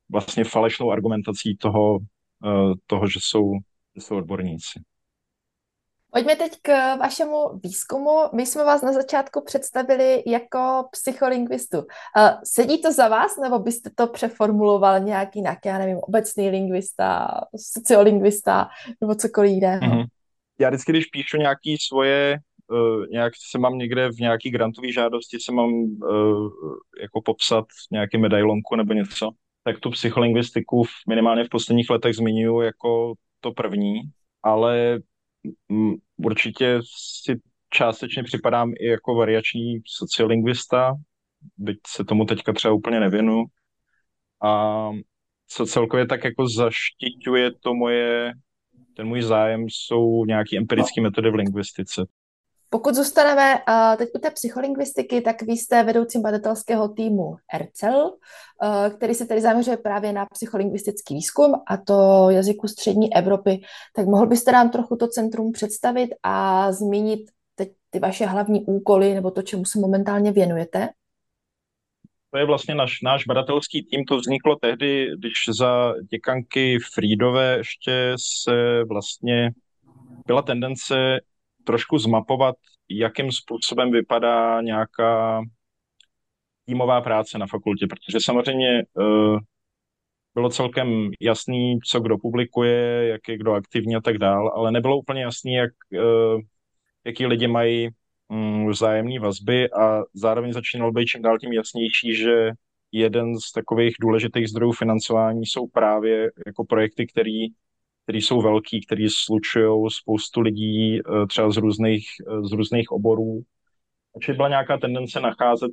vlastně falešnou argumentací toho, že jsou odborníci. Pojďme teď k vašemu výzkumu. My jsme vás na začátku představili jako psycholingvistu. Sedí to za vás, nebo byste to přeformuloval nějak jinak? Já nevím, obecný lingvista, sociolingvista, nebo cokoliv jiného. Já vždycky, když píšu nějaký svoje, nějak se mám někde v nějaký grantové žádosti, se mám jako popsat nějaký medailonku nebo něco, tak tu psycholingvistiku minimálně v posledních letech zmiňuji jako to první, ale určitě si částečně připadám i jako variační sociolingvista, byť se tomu teďka třeba úplně nevěnu. A co celkově tak jako zaštiťuje ten můj zájem, jsou nějaké empirické metody v lingvistice. Pokud zůstaneme teď u té psycholingvistiky, tak vy jste vedoucím badatelského týmu ERCEL, který se tedy zaměřuje právě na psycholingvistický výzkum, a to jazyků střední Evropy. Tak mohl byste nám trochu to centrum představit a zmínit teď ty vaše hlavní úkoly nebo to, čemu se momentálně věnujete? To je vlastně náš badatelský tým, to vzniklo tehdy, když za děkanky Friedové ještě se vlastně byla tendence trošku zmapovat, jakým způsobem vypadá nějaká týmová práce na fakultě, protože samozřejmě bylo celkem jasný, co kdo publikuje, jak je kdo aktivní a tak dál, ale nebylo úplně jasný, jaký lidi mají vzájemné vazby, a zároveň začínalo být čím dál tím jasnější, že jeden z takových důležitých zdrojů financování jsou právě jako projekty, který jsou velký, který slučují spoustu lidí třeba z různých oborů. Takže byla nějaká tendence nacházet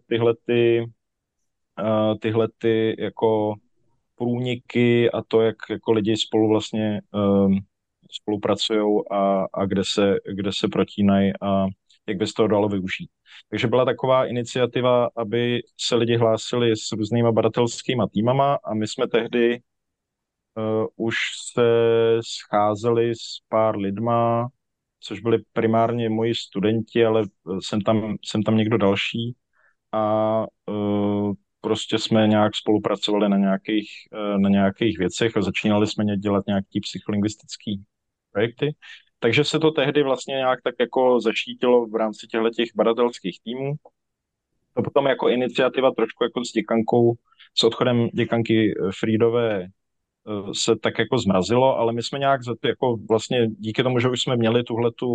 tyhle ty jako průniky a to, jak jako lidi spolu vlastně spolupracují a kde se protínají a jak by se toho dalo využít. Takže byla taková iniciativa, aby se lidi hlásili s různýma badatelskýma týmama, a my jsme tehdy už se scházeli s pár lidma, což byli primárně moji studenti, ale jsem tam někdo další, a prostě jsme nějak spolupracovali na nějakých věcech a začínali jsme dělat nějaký psycholingvistický projekty. Takže se to tehdy vlastně nějak tak jako zaštítilo v rámci těch badatelských týmů. To potom jako iniciativa trošku jako s děkankou, s odchodem děkanky Friedové se tak jako zmrazilo, ale my jsme nějak jako vlastně díky tomu, že už jsme měli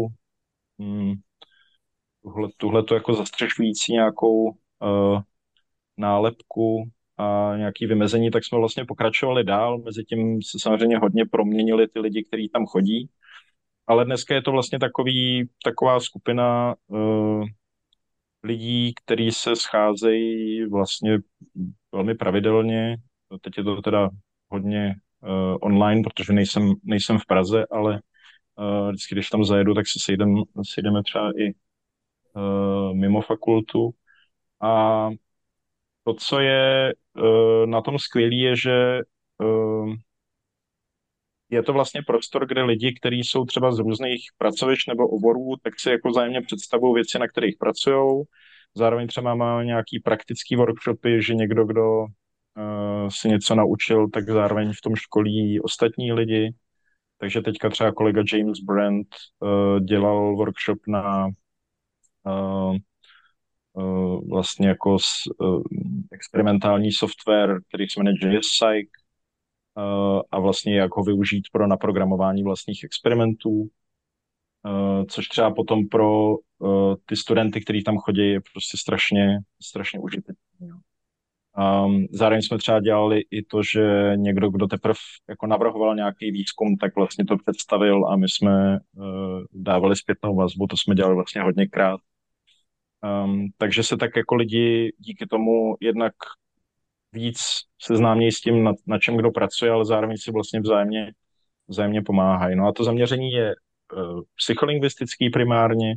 tuhletu jako zastřešující nějakou nálepku a nějaký vymezení, tak jsme vlastně pokračovali dál. Mezitím se samozřejmě hodně proměnili ty lidi, kteří tam chodí. Ale dneska je to vlastně taková skupina lidí, kteří se scházejí vlastně velmi pravidelně. Teď je to teda hodně online, protože nejsem v Praze, ale vždycky, když tam zajedu, tak se sejdeme třeba i mimo fakultu. A to, co je na tom skvělý, je, že je to vlastně prostor, kde lidi, kteří jsou třeba z různých pracovišť nebo oborů, tak si jako vzájemně představují věci, na kterých pracují. Zároveň třeba má nějaký praktický workshopy, že někdo, kdo si něco naučil, tak zároveň v tom školí ostatní lidi. Takže teďka třeba kolega James Brand dělal workshop na vlastně jako experimentální software, který se jmenuje JSPsych, a vlastně jak ho využít pro naprogramování vlastních experimentů, což třeba potom pro ty studenty, kteří tam chodí, je prostě strašně užitečné. Zároveň jsme třeba dělali i to, že někdo, kdo teprve jako navrhoval nějaký výzkum, tak vlastně to představil a my jsme dávali zpětnou vazbu, to jsme dělali vlastně hodněkrát. Takže se tak jako lidi díky tomu jednak víc seznámějí s tím, na čem kdo pracuje, ale zároveň si vlastně vzájemně pomáhají. No a to zaměření je psycholingvistický primárně.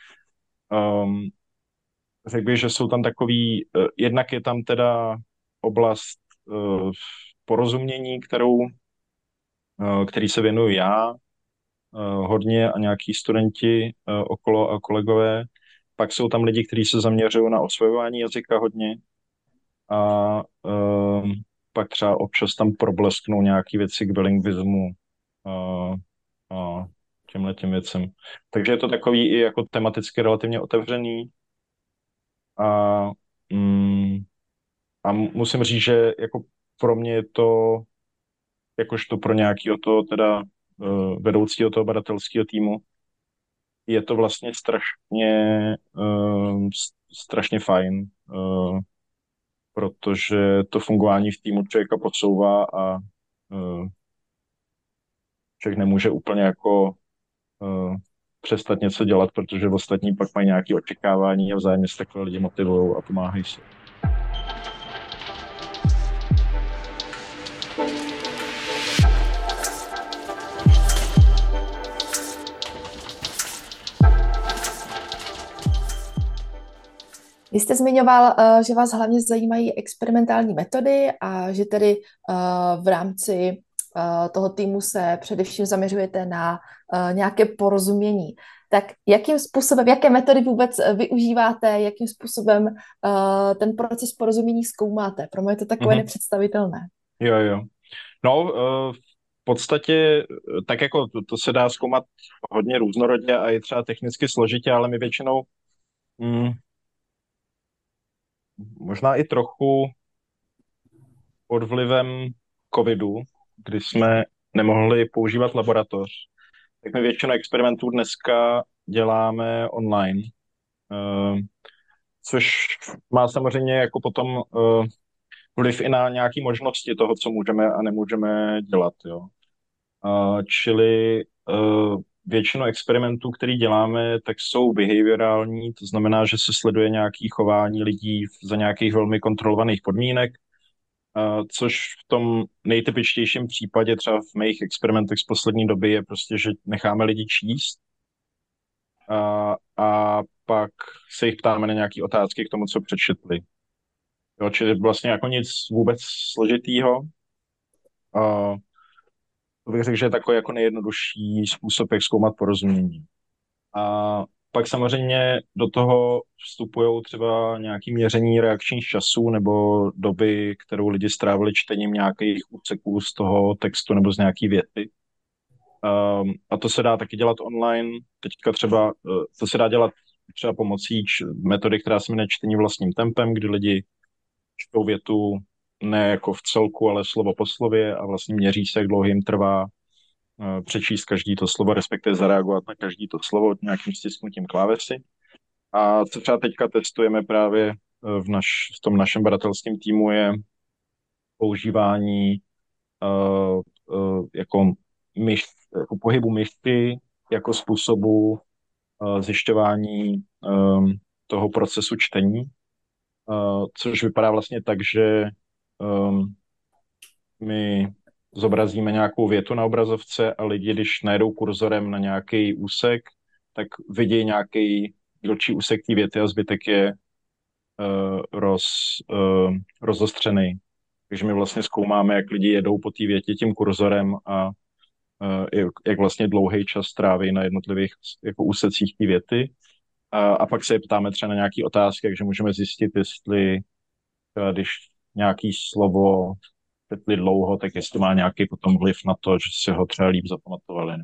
Řekl bych, že jsou tam takový, jednak je tam teda oblast porozumění, který se věnuju já hodně a nějaký studenti okolo a kolegové. Pak jsou tam lidi, kteří se zaměřují na osvojování jazyka hodně. A pak třeba občas tam problesknou nějaké věci k bilingvismu a těmhletěm věcem. Takže je to takový i jako tematicky relativně otevřený a, mm, a musím říct, že jako pro mě je to, jakožto pro nějakého toho teda vedoucího toho badatelského týmu, je to vlastně strašně fajn, protože to fungování v týmu člověka posouvá a člověk nemůže úplně jako přestat něco dělat, protože ostatní pak mají nějaké očekávání a vzájemně se takové lidi motivují a pomáhají si. Vy jste zmiňoval, že vás hlavně zajímají experimentální metody a že tedy v rámci toho týmu se především zaměřujete na nějaké porozumění. Tak jakým způsobem, jaké metody vůbec využíváte, jakým způsobem ten proces porozumění zkoumáte? Pro mě je to takové nepředstavitelné. Jo. No, v podstatě tak jako to se dá zkoumat hodně různorodě a i třeba technicky složitě, ale my většinou možná i trochu pod vlivem covidu, kdy jsme nemohli používat laboratoř, tak my většinu experimentů dneska děláme online, což má samozřejmě jako potom vliv i na nějaké možnosti toho, co můžeme a nemůžeme dělat. Jo. Čili většinu experimentů, který děláme, tak jsou behaviorální, to znamená, že se sleduje nějaké chování lidí za nějakých velmi kontrolovaných podmínek, což v tom nejtypičtějším případě třeba v mých experimentech z poslední doby je prostě, že necháme lidi číst a pak se jich ptáme na nějaké otázky k tomu, co přečetli. Jo, čili vlastně jako nic vůbec složitýho. To bych řekl, že je takový jako nejjednodušší způsob, jak zkoumat porozumění. A pak samozřejmě do toho vstupují třeba nějaké měření reakčních časů nebo doby, kterou lidi strávili čtením nějakých úseků z toho textu nebo z nějaký věty. A to se dá taky dělat online. Teďka třeba to se dá dělat třeba pomocí metody, která se jmenuje čtení vlastním tempem, kdy lidi čtou větu ne jako v celku, ale slovo po slově a vlastně měří se, jak dlouho jim trvá přečíst každý to slovo, respektive zareagovat na každý to slovo nějakým stisknutím klávesy. A co třeba teďka testujeme právě v tom našem badatelském týmu je používání jako pohybu myšky jako způsobu zjišťování toho procesu čtení, což vypadá vlastně tak, že my zobrazíme nějakou větu na obrazovce a lidi, když najedou kurzorem na nějaký úsek, tak vidí nějaký dílčí úsek té věty a zbytek je rozostřený. Takže my vlastně zkoumáme, jak lidi jedou po té větě tím kurzorem a jak vlastně dlouhý čas tráví na jednotlivých jako úsecích té věty. A pak se je ptáme třeba na nějaké otázky, takže můžeme zjistit, jestli když nějaký slovo četli dlouho, tak jestli má nějaký potom vliv na to, že si ho třeba líp zapamatovali.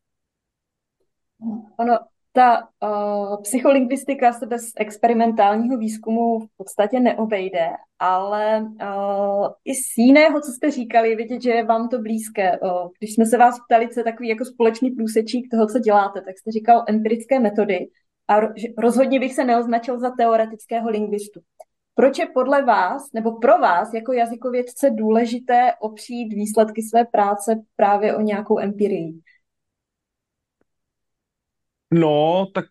Ono, ta psycholingvistika se bez experimentálního výzkumu v podstatě neobejde, ale i z jiného, co jste říkali, je vidět, že je vám to blízké. Když jsme se vás ptali, co je takový jako společný průsečík toho, co děláte, tak jste říkal empirické metody a rozhodně bych se neoznačil za teoretického lingvistu. Proč je podle vás, nebo pro vás jako jazykovědce důležité opřít výsledky své práce právě o nějakou empirii? No, tak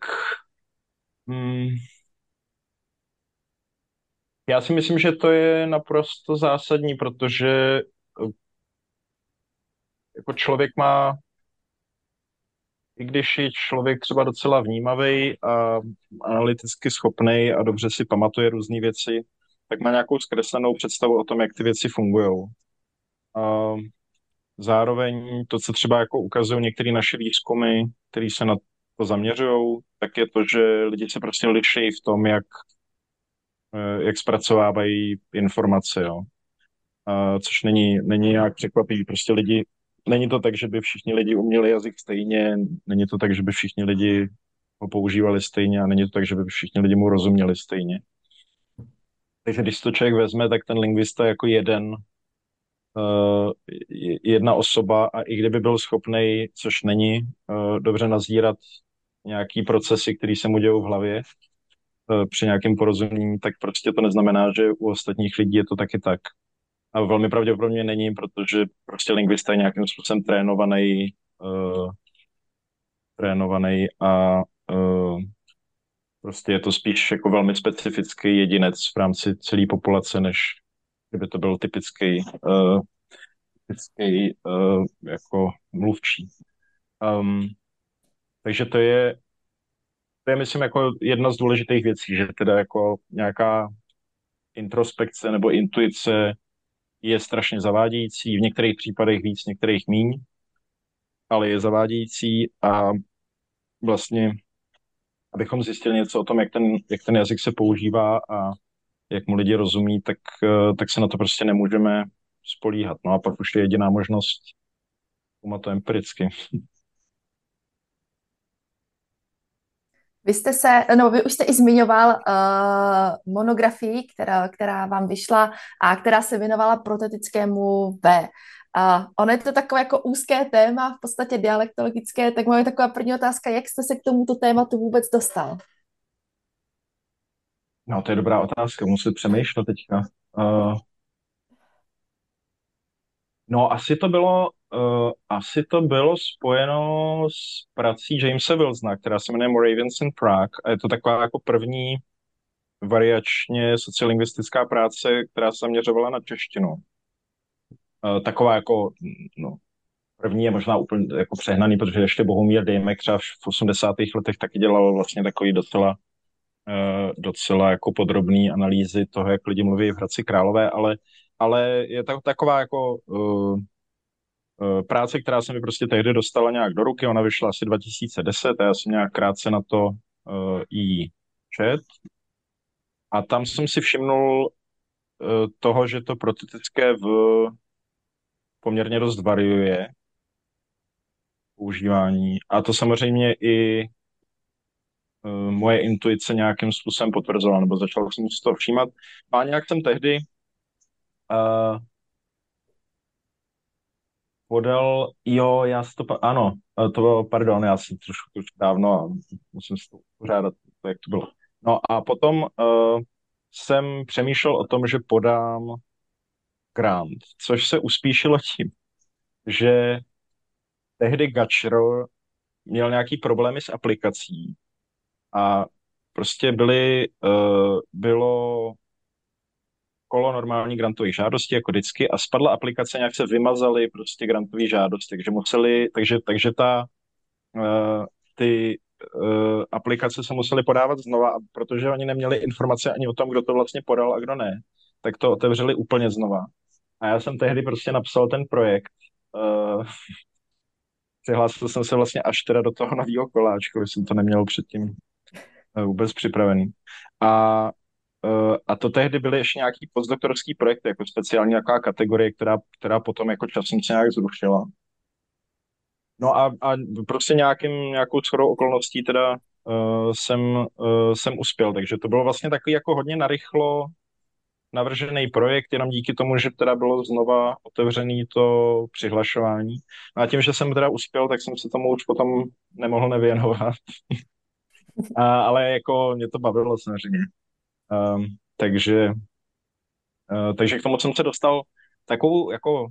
já si myslím, že to je naprosto zásadní, protože jako člověk má, i když je člověk třeba docela vnímavý a analyticky schopný a dobře si pamatuje různé věci, tak má nějakou zkreslenou představu o tom, jak ty věci fungují. Zároveň to, co třeba jako ukazují některé naše výzkumy, které se na to zaměřují, tak je to, že lidi se prostě liší v tom, jak zpracovávají informace. Jo. což není nějak překvapivý. Prostě není to tak, že by všichni lidi uměli jazyk stejně, není to tak, že by všichni lidi ho používali stejně a není to tak, že by všichni lidi mu rozuměli stejně. Takže když to člověk vezme, tak ten lingvista jako jedna osoba a i kdyby byl schopný, což není, dobře nazírat nějaký procesy, které se mu dějou v hlavě při nějakém porozumění, tak prostě to neznamená, že u ostatních lidí je to taky tak. A velmi pravděpodobně není, protože prostě lingvista je nějakým způsobem trénovaný a prostě je to spíš jako velmi specifický jedinec v rámci celé populace, než kdyby to byl typický jako mluvčí. Takže to je, myslím, jako jedna z důležitých věcí, že teda jako nějaká introspekce nebo intuice je strašně zavádějící, v některých případech víc, v některých míň, ale je zavádějící a vlastně, abychom zjistili něco o tom, jak ten jazyk se používá a jak mu lidi rozumí, tak se na to prostě nemůžeme spolíhat. No a pak už je jediná možnost zkoumat to empiricky. Vy už jste i zmiňoval monografii, která vám vyšla a která se věnovala protetickému V. Ono je to takové jako úzké téma, v podstatě dialektologické, tak moje taková první otázka, jak jste se k tomuto tématu vůbec dostal? No, to je dobrá otázka, musím přemýšlet teďka. No, asi to bylo spojeno s prací Jamesa Wilsona, která se jmenuje Moravians in Prague a je to taková jako první variačně sociolingvistická práce, která se zaměřovala na češtinu. Taková jako, no, první je možná úplně jako přehnaný, protože ještě Bohumír Dejmek třeba v 80. letech taky dělal vlastně takový docela jako podrobný analýzy toho, jak lidi mluví v Hradci Králové, ale je to taková jako práce, která se mi prostě tehdy dostala nějak do ruky, ona vyšla asi 2010 a já jsem nějak krátce na to jí čet a tam jsem si všimnul toho, že to protetické v poměrně dost variuje používání a to samozřejmě i moje intuice nějakým způsobem potvrzovala, nebo začal jsem si to všímat. A nějak jsem tehdy já si to, ano, to bylo, pardon, já jsem trošku dávno a musím si to pořádat, jak to bylo. No a potom jsem přemýšlel o tom, že podám grant, což se uspíšilo tím, že tehdy Gachr měl nějaký problémy s aplikací a prostě bylo kolo normální grantových žádostí, jako vždycky, a spadla aplikace, nějak se vymazaly prostě grantové žádosti, takže ty aplikace se musely podávat znova, protože oni neměli informace ani o tom, kdo to vlastně podal a kdo ne, tak to otevřeli úplně znova. A já jsem tehdy prostě napsal ten projekt, přihlásil jsem se vlastně až teda do toho nového kola, ačkoliv jsem to neměl předtím vůbec připravený. A to tehdy byly ještě nějaký postdoktorský projekt, jako speciální nějaká kategorie, která potom jako časem se nějak zrušila. No a prostě nějakou shodou okolností teda jsem uspěl, takže to bylo vlastně takový jako hodně narychlo navržený projekt, jenom díky tomu, že teda bylo znova otevřený to přihlašování. No a tím, že jsem teda uspěl, tak jsem se tomu už potom nemohl nevěnovat. Ale jako mě to bavilo samozřejmě. Takže k tomu jsem se dostal takovou jako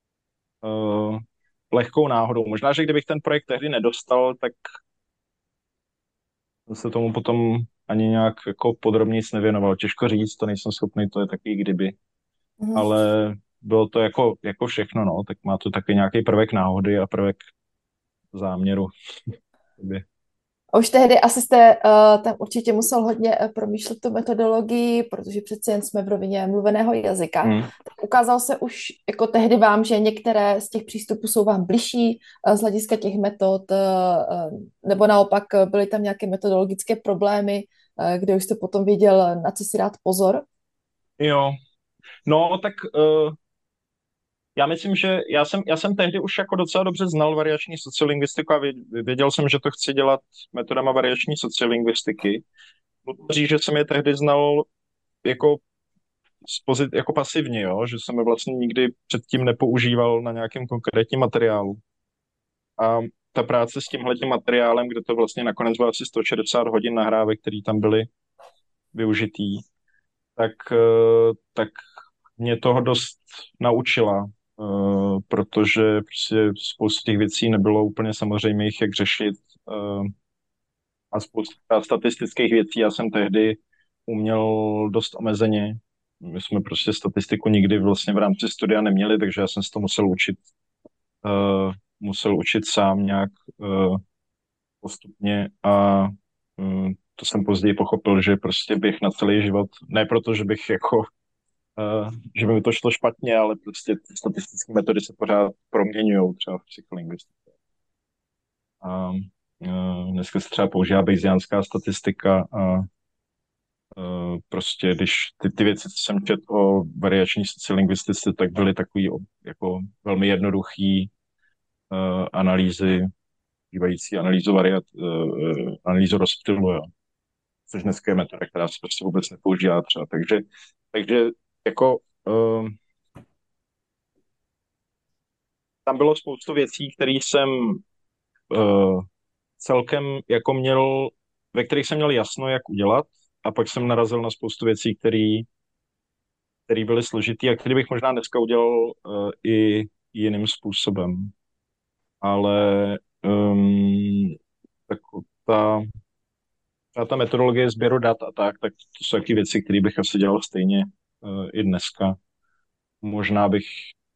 lehkou náhodou. Možná, že kdybych ten projekt tehdy nedostal, tak se tomu potom ani nějak jako podrobněji nevěnoval. Těžko říct, to nejsem schopný, to je takový kdyby. Ale bylo to jako všechno, no, tak má to taky nějaký prvek náhody a prvek záměru. Už tehdy asi jste tam určitě musel hodně promýšlet tu metodologii, protože přece jen jsme v rovině mluveného jazyka. Tak ukázalo se už jako tehdy vám, že některé z těch přístupů jsou vám bližší z hlediska těch metod, nebo naopak byly tam nějaké metodologické problémy, kde už jste potom věděl, na co si dát pozor? Jo, no tak Já myslím, že já jsem tehdy už jako docela dobře znal variační sociolingvistiku a věděl jsem, že to chci dělat metodama variační sociolingvistiky. Musím říct, že jsem je tehdy znal jako, jako pasivně, jo? Že jsem je vlastně nikdy předtím nepoužíval na nějakém konkrétním materiálu. A ta práce s tímhletím materiálem, kde to vlastně nakonec bylo asi 160 hodin nahrávek, které tam byly využitý, tak mě toho dost naučila, protože prostě spoustu těch věcí nebylo úplně samozřejmých, jak řešit, a spousta statistických věcí já jsem tehdy uměl dost omezeně. My jsme prostě statistiku nikdy vlastně v rámci studia neměli, takže já jsem se to musel učit sám nějak postupně a to jsem později pochopil, že prostě bych na celý život, ne proto, že bych jako že by mi to šlo špatně, ale prostě ty statistické metody se pořád proměňují třeba v psycholingvistice. A dneska se třeba používá bayesiánská statistika a prostě když ty věci, co jsem četl o variační sociolingvistice, tak byly takový jako velmi jednoduchý analýzy, bývající analýzu rozptylu, jo. Což dneska je metoda, která se prostě vůbec nepoužívá třeba. Takže jako tam bylo spoustu věcí, které jsem celkem jako ve kterých jsem měl jasno, jak udělat, a pak jsem narazil na spoustu věcí, které byly složitý a které bych možná dneska udělal i jiným způsobem. Ale tak ta, ta metodologie sběru dat a tak to jsou taky věci, které bych asi dělal stejně i dneska. Možná bych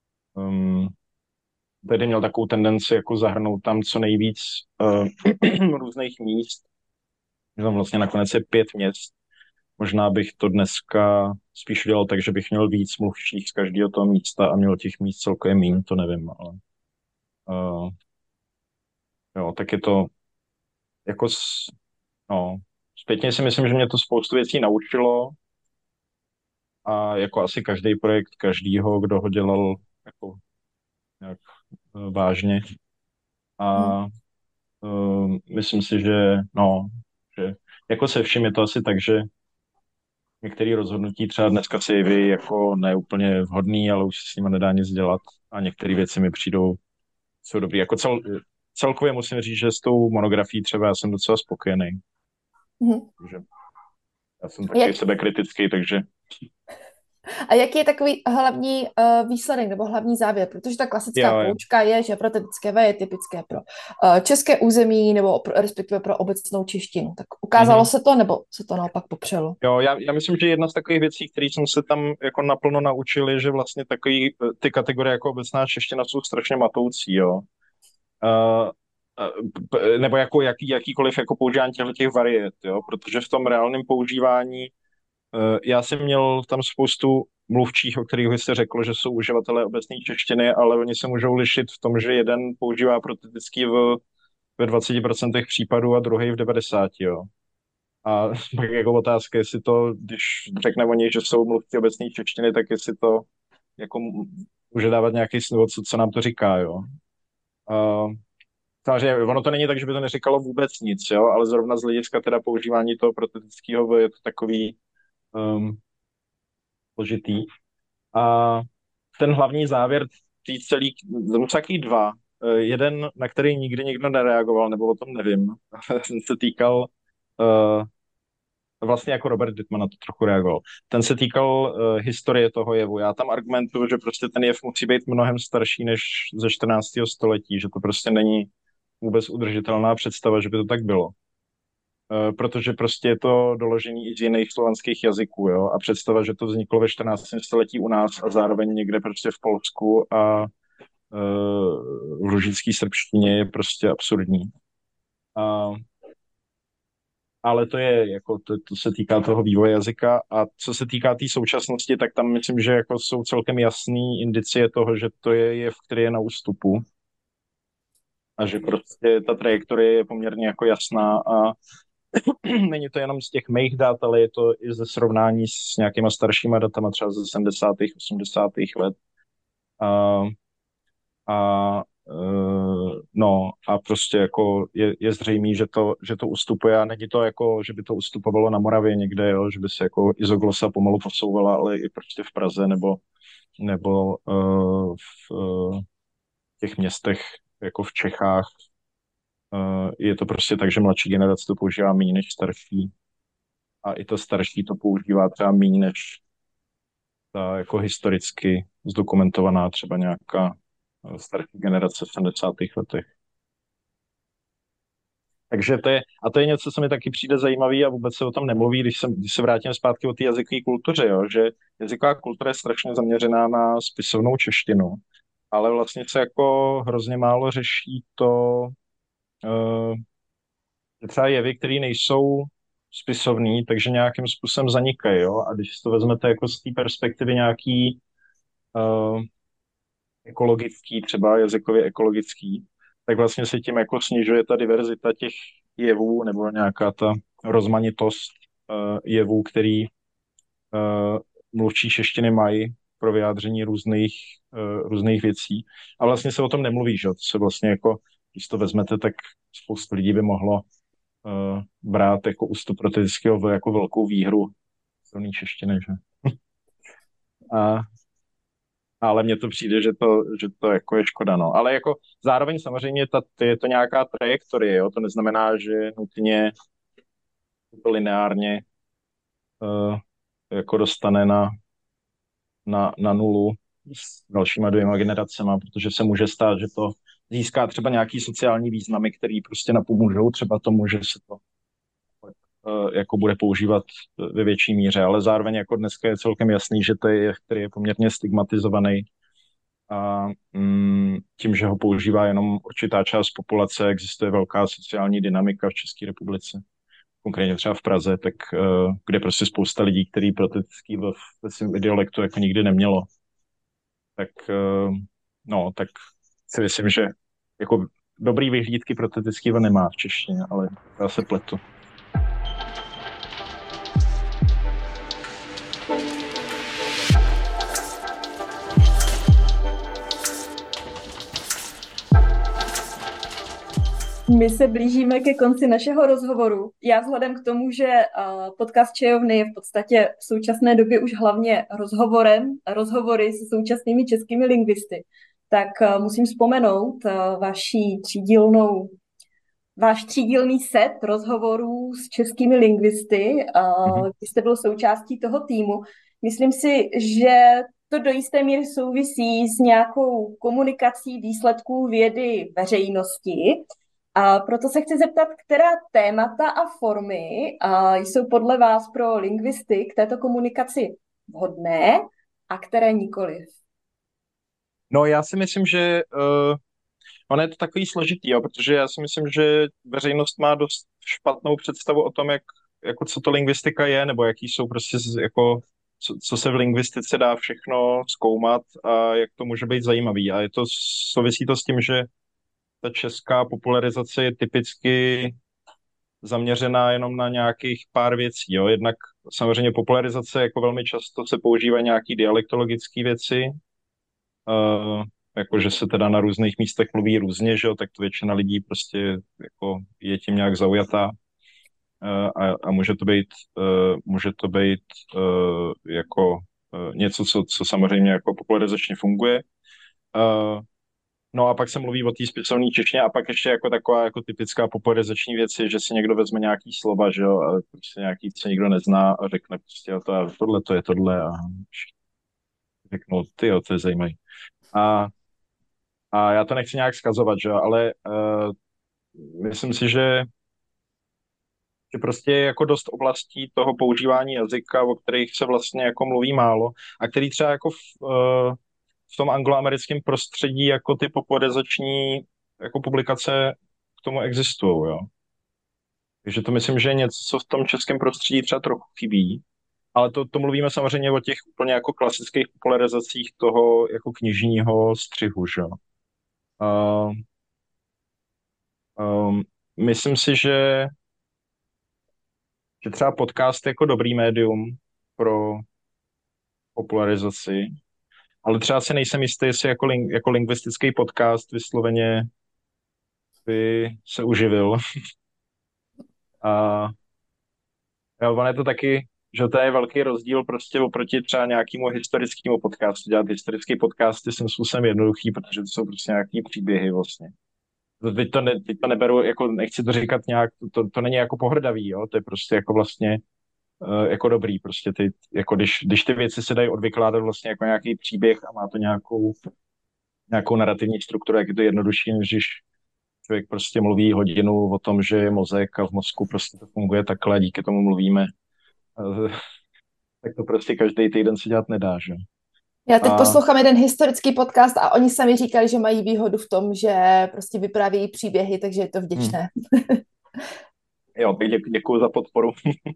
tady měl takovou tendenci jako zahrnout tam co nejvíc různých míst. Tam vlastně nakonec je 5 měst. Možná bych to dneska spíš udělal tak, že bych měl víc mluvčích z každého toho místa a měl těch míst celkově míň, to nevím, ale jo, tak je to jako no, zpětně si myslím, že mě to spoustu věcí naučilo a jako asi každý projekt každýho, kdo ho dělal jako nějak vážně. A myslím si, že jako se vším je to asi tak, že některé rozhodnutí třeba dneska si jeví jako neúplně vhodný, ale už se s nimi nedá nic dělat a některé věci mi jsou dobrý. Jako celkově musím říct, že s tou monografií třeba já jsem docela spokojený. Takže já jsem taky sebekritický, takže... A jaký je takový hlavní výsledek nebo hlavní závěr? Protože ta klasická poučka je, že protetické V je typické pro české území nebo respektive pro obecnou češtinu. Tak ukázalo se to, nebo se to naopak popřelo? Jo, já myslím, že jedna z takových věcí, které jsem se tam jako naplno naučil, je, že vlastně takový ty kategorie jako obecná čeština jsou strašně matoucí, jo. Nebo jako jakýkoliv jako používání těch variet, jo, protože v tom reálném používání já jsem měl tam spoustu mluvčích, o kterých jste řekl, že jsou uživatelé obecné češtiny, ale oni se můžou lišit v tom, že jeden používá protetický ve 20% případů a druhý v 90%, jo. A pak jako otázka, jestli to, když řekne o nich, že jsou mluvci obecné češtiny, tak jestli to jako může dávat nějaký smysl, co nám to říká, jo. Samozřejmě, ono to není tak, že by to neříkalo vůbec nic, jo, ale zrovna z hlediska teda používání toho protetického je to takový složitý. A ten hlavní závěr taky dva. Jeden, na který nikdy nikdo nereagoval, nebo o tom nevím, se týkal vlastně jako Robert Dittman na to trochu reagoval. Ten se týkal historie toho jevu. Já tam argumentuju, že prostě ten jev musí být mnohem starší než ze 14. století, že to prostě není vůbec udržitelná představa, že by to tak bylo. Protože prostě je to doložení i z jiných slovanských jazyků, jo, a představa, že to vzniklo ve 14. století u nás a zároveň někde prostě v Polsku a v lužický srbštině je prostě absurdní. Ale to je jako, to se týká toho vývoje jazyka a co se týká té současnosti, tak tam myslím, že jako jsou celkem jasný indicie toho, že to je jev, který je na ústupu a že prostě ta trajektorie je poměrně jako jasná a není to jenom z těch mých dat, ale je to i ze srovnání s nějakýma staršíma datama, třeba ze 70. 80. let. A, no a prostě jako je zřejmý, že to ustupuje a není to jako, že by to ustupovalo na Moravě někde, jo, že by se jako izoglosa pomalu posouvala, ale i prostě v Praze nebo v těch městech jako v Čechách. Je to prostě tak, že mladší generace to používá méně než starší a i ta starší to používá třeba méně než ta jako historicky zdokumentovaná třeba nějaká starší generace v 70. letech. Takže to je něco, co mi taky přijde zajímavý a vůbec se o tom nemluví, když se vrátím zpátky o té jazykové kultuře, jo, že jazyková kultura je strašně zaměřená na spisovnou češtinu, ale vlastně se jako hrozně málo řeší to, že třeba jevy, které nejsou spisovný, takže nějakým způsobem zanikají, jo, a když si to vezmete jako z té perspektivy nějaký uh, ekologický, třeba jazykově ekologický, tak vlastně se tím jako snižuje ta diverzita těch jevů nebo nějaká ta rozmanitost jevů, který mluvčí češtiny mají pro vyjádření různých věcí. A vlastně se o tom nemluví, že? To se vlastně jako, když to vezmete, tak spoustu lidí by mohlo brát jako ústup protetického jako velkou výhru silný češtiny, že? A ale mně to přijde, že to jako je škoda, no. Ale jako zároveň samozřejmě je to nějaká trajektorie, jo? To neznamená, že nutně to lineárně uh, jako dostane na nulu s dalšíma 2 generacema, protože se může stát, že to získá třeba nějaký sociální významy, který prostě napomůžou třeba tomu, že se to jako bude používat ve větší míře, ale zároveň jako dneska je celkem jasný, že to je jev, který je poměrně stigmatizovaný a tím, že ho používá jenom určitá část populace, existuje velká sociální dynamika v České republice, konkrétně třeba v Praze, tak kde prostě spousta lidí, který protetický ve svém dialektu jako nikdy nemělo, tak no, tak si myslím, že jako dobrý vyhlídky protetický nemá v češtině, ale já se pletu. My se blížíme ke konci našeho rozhovoru. Já vzhledem k tomu, že podcast Čajovny je v podstatě v současné době už hlavně rozhovory se současnými českými lingvisty, tak musím vzpomenout váš třídílný set rozhovorů s českými lingvisty, kdy jste byl součástí toho týmu. Myslím si, že to do jisté míry souvisí s nějakou komunikací výsledků vědy veřejnosti. A proto se chci zeptat, která témata a formy jsou podle vás pro lingvisty k této komunikaci vhodné a které nikoliv? No já si myslím, že ono je to takový složitý, jo, protože já si myslím, že veřejnost má dost špatnou představu o tom, jako co to lingvistika je, nebo jaký jsou prostě jako co se v lingvistice dá všechno zkoumat a jak to může být zajímavý. A souvisí to s tím, že ta česká popularizace je typicky zaměřená jenom na nějakých pár věcí. Jo. Jednak samozřejmě popularizace, jako velmi často se používají nějaké dialektologické věci, jako že se teda na různých místech mluví různě, že jo, tak to většina lidí prostě jako je tím nějak zaujatá. A může to být jako něco, co samozřejmě jako popularizačně funguje. No a pak se mluví o té spisovné češtině a pak ještě jako taková jako typická popularizační věc je, že si někdo vezme nějaký slova, že jo, a prostě nějaký, co nikdo nezná a řekne prostě tohle to je tohle a řeknou, tyjo, to je zajímavý. A já to nechci nějak zkazovat, že jo, ale myslím si, že prostě je jako dost oblastí toho používání jazyka, o kterých se vlastně jako mluví málo a který třeba jako v tom angloamerickém prostředí jako ty popularizační jako publikace k tomu existují, jo. Takže to myslím, že je něco, co v tom českém prostředí třeba trochu chybí, ale to mluvíme samozřejmě o těch úplně jako klasických popularizacích toho jako knižního střihu, že jo. Myslím si, že třeba podcast je jako dobrý médium pro popularizaci, Ale třeba si nejsem jistý, jestli jako lingvistický podcast vysloveně by se uživil. A jo, ono je to taky, že to je velký rozdíl prostě oproti třeba nějakému historickému podcastu. Dělat historický podcast je svým způsobem jednoduchý, protože to jsou prostě nějaký příběhy vlastně. Teď to neberu, jako nechci to říkat nějak, to není jako pohrdavý, jo? To je prostě jako vlastně jako dobrý, prostě ty, jako když ty věci se dají odvykládat vlastně jako nějaký příběh a má to nějakou narrativní strukturu, jak je to jednodušší, než když člověk prostě mluví hodinu o tom, že je mozek a v mozku prostě to funguje takhle a díky tomu mluvíme. Tak to prostě každý týden se dělat nedá, že? Já teď A poslouchám jeden historický podcast a oni sami říkali, že mají výhodu v tom, že prostě vyprávějí příběhy, takže je to vděčné. jo, tak děkuji za podporu.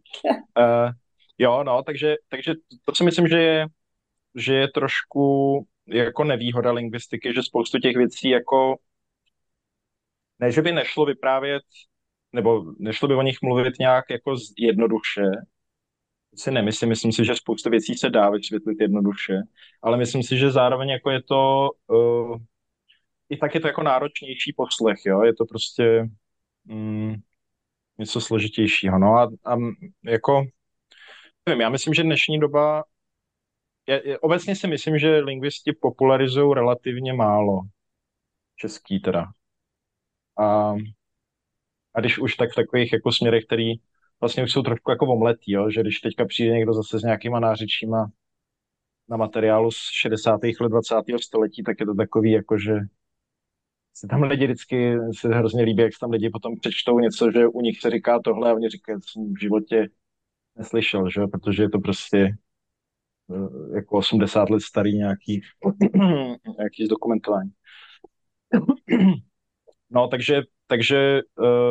Jo, no, takže to si myslím, že je trošku jako nevýhoda lingvistiky, že spoustu těch věcí jako ne, že by nešlo vyprávět, nebo nešlo by o nich mluvit nějak jako jednoduše, si nemyslím, myslím si, že spoustu věcí se dá vysvětlit jednoduše, ale myslím si, že zároveň jako je to, i tak je to jako náročnější poslech, jo, je to prostě něco složitějšího, no a jako, nevím, já myslím, že dnešní doba, obecně si myslím, že lingvisti popularizují relativně málo, český teda. A, a když už tak v takových jako směrech, který vlastně už jsou trošku jako omletý, jo, že když teďka přijde někdo zase s nějakýma nářečíma na materiálu z 60. let 20. století, tak je to takový, jako že se tam lidi vždycky se hrozně líbí, jak se tam lidi potom přečtou něco, že u nich se říká tohle a oni říkají, co jsem v životě neslyšel, že? Protože je to prostě jako 80 let starý nějaký zdokumentování. No, takže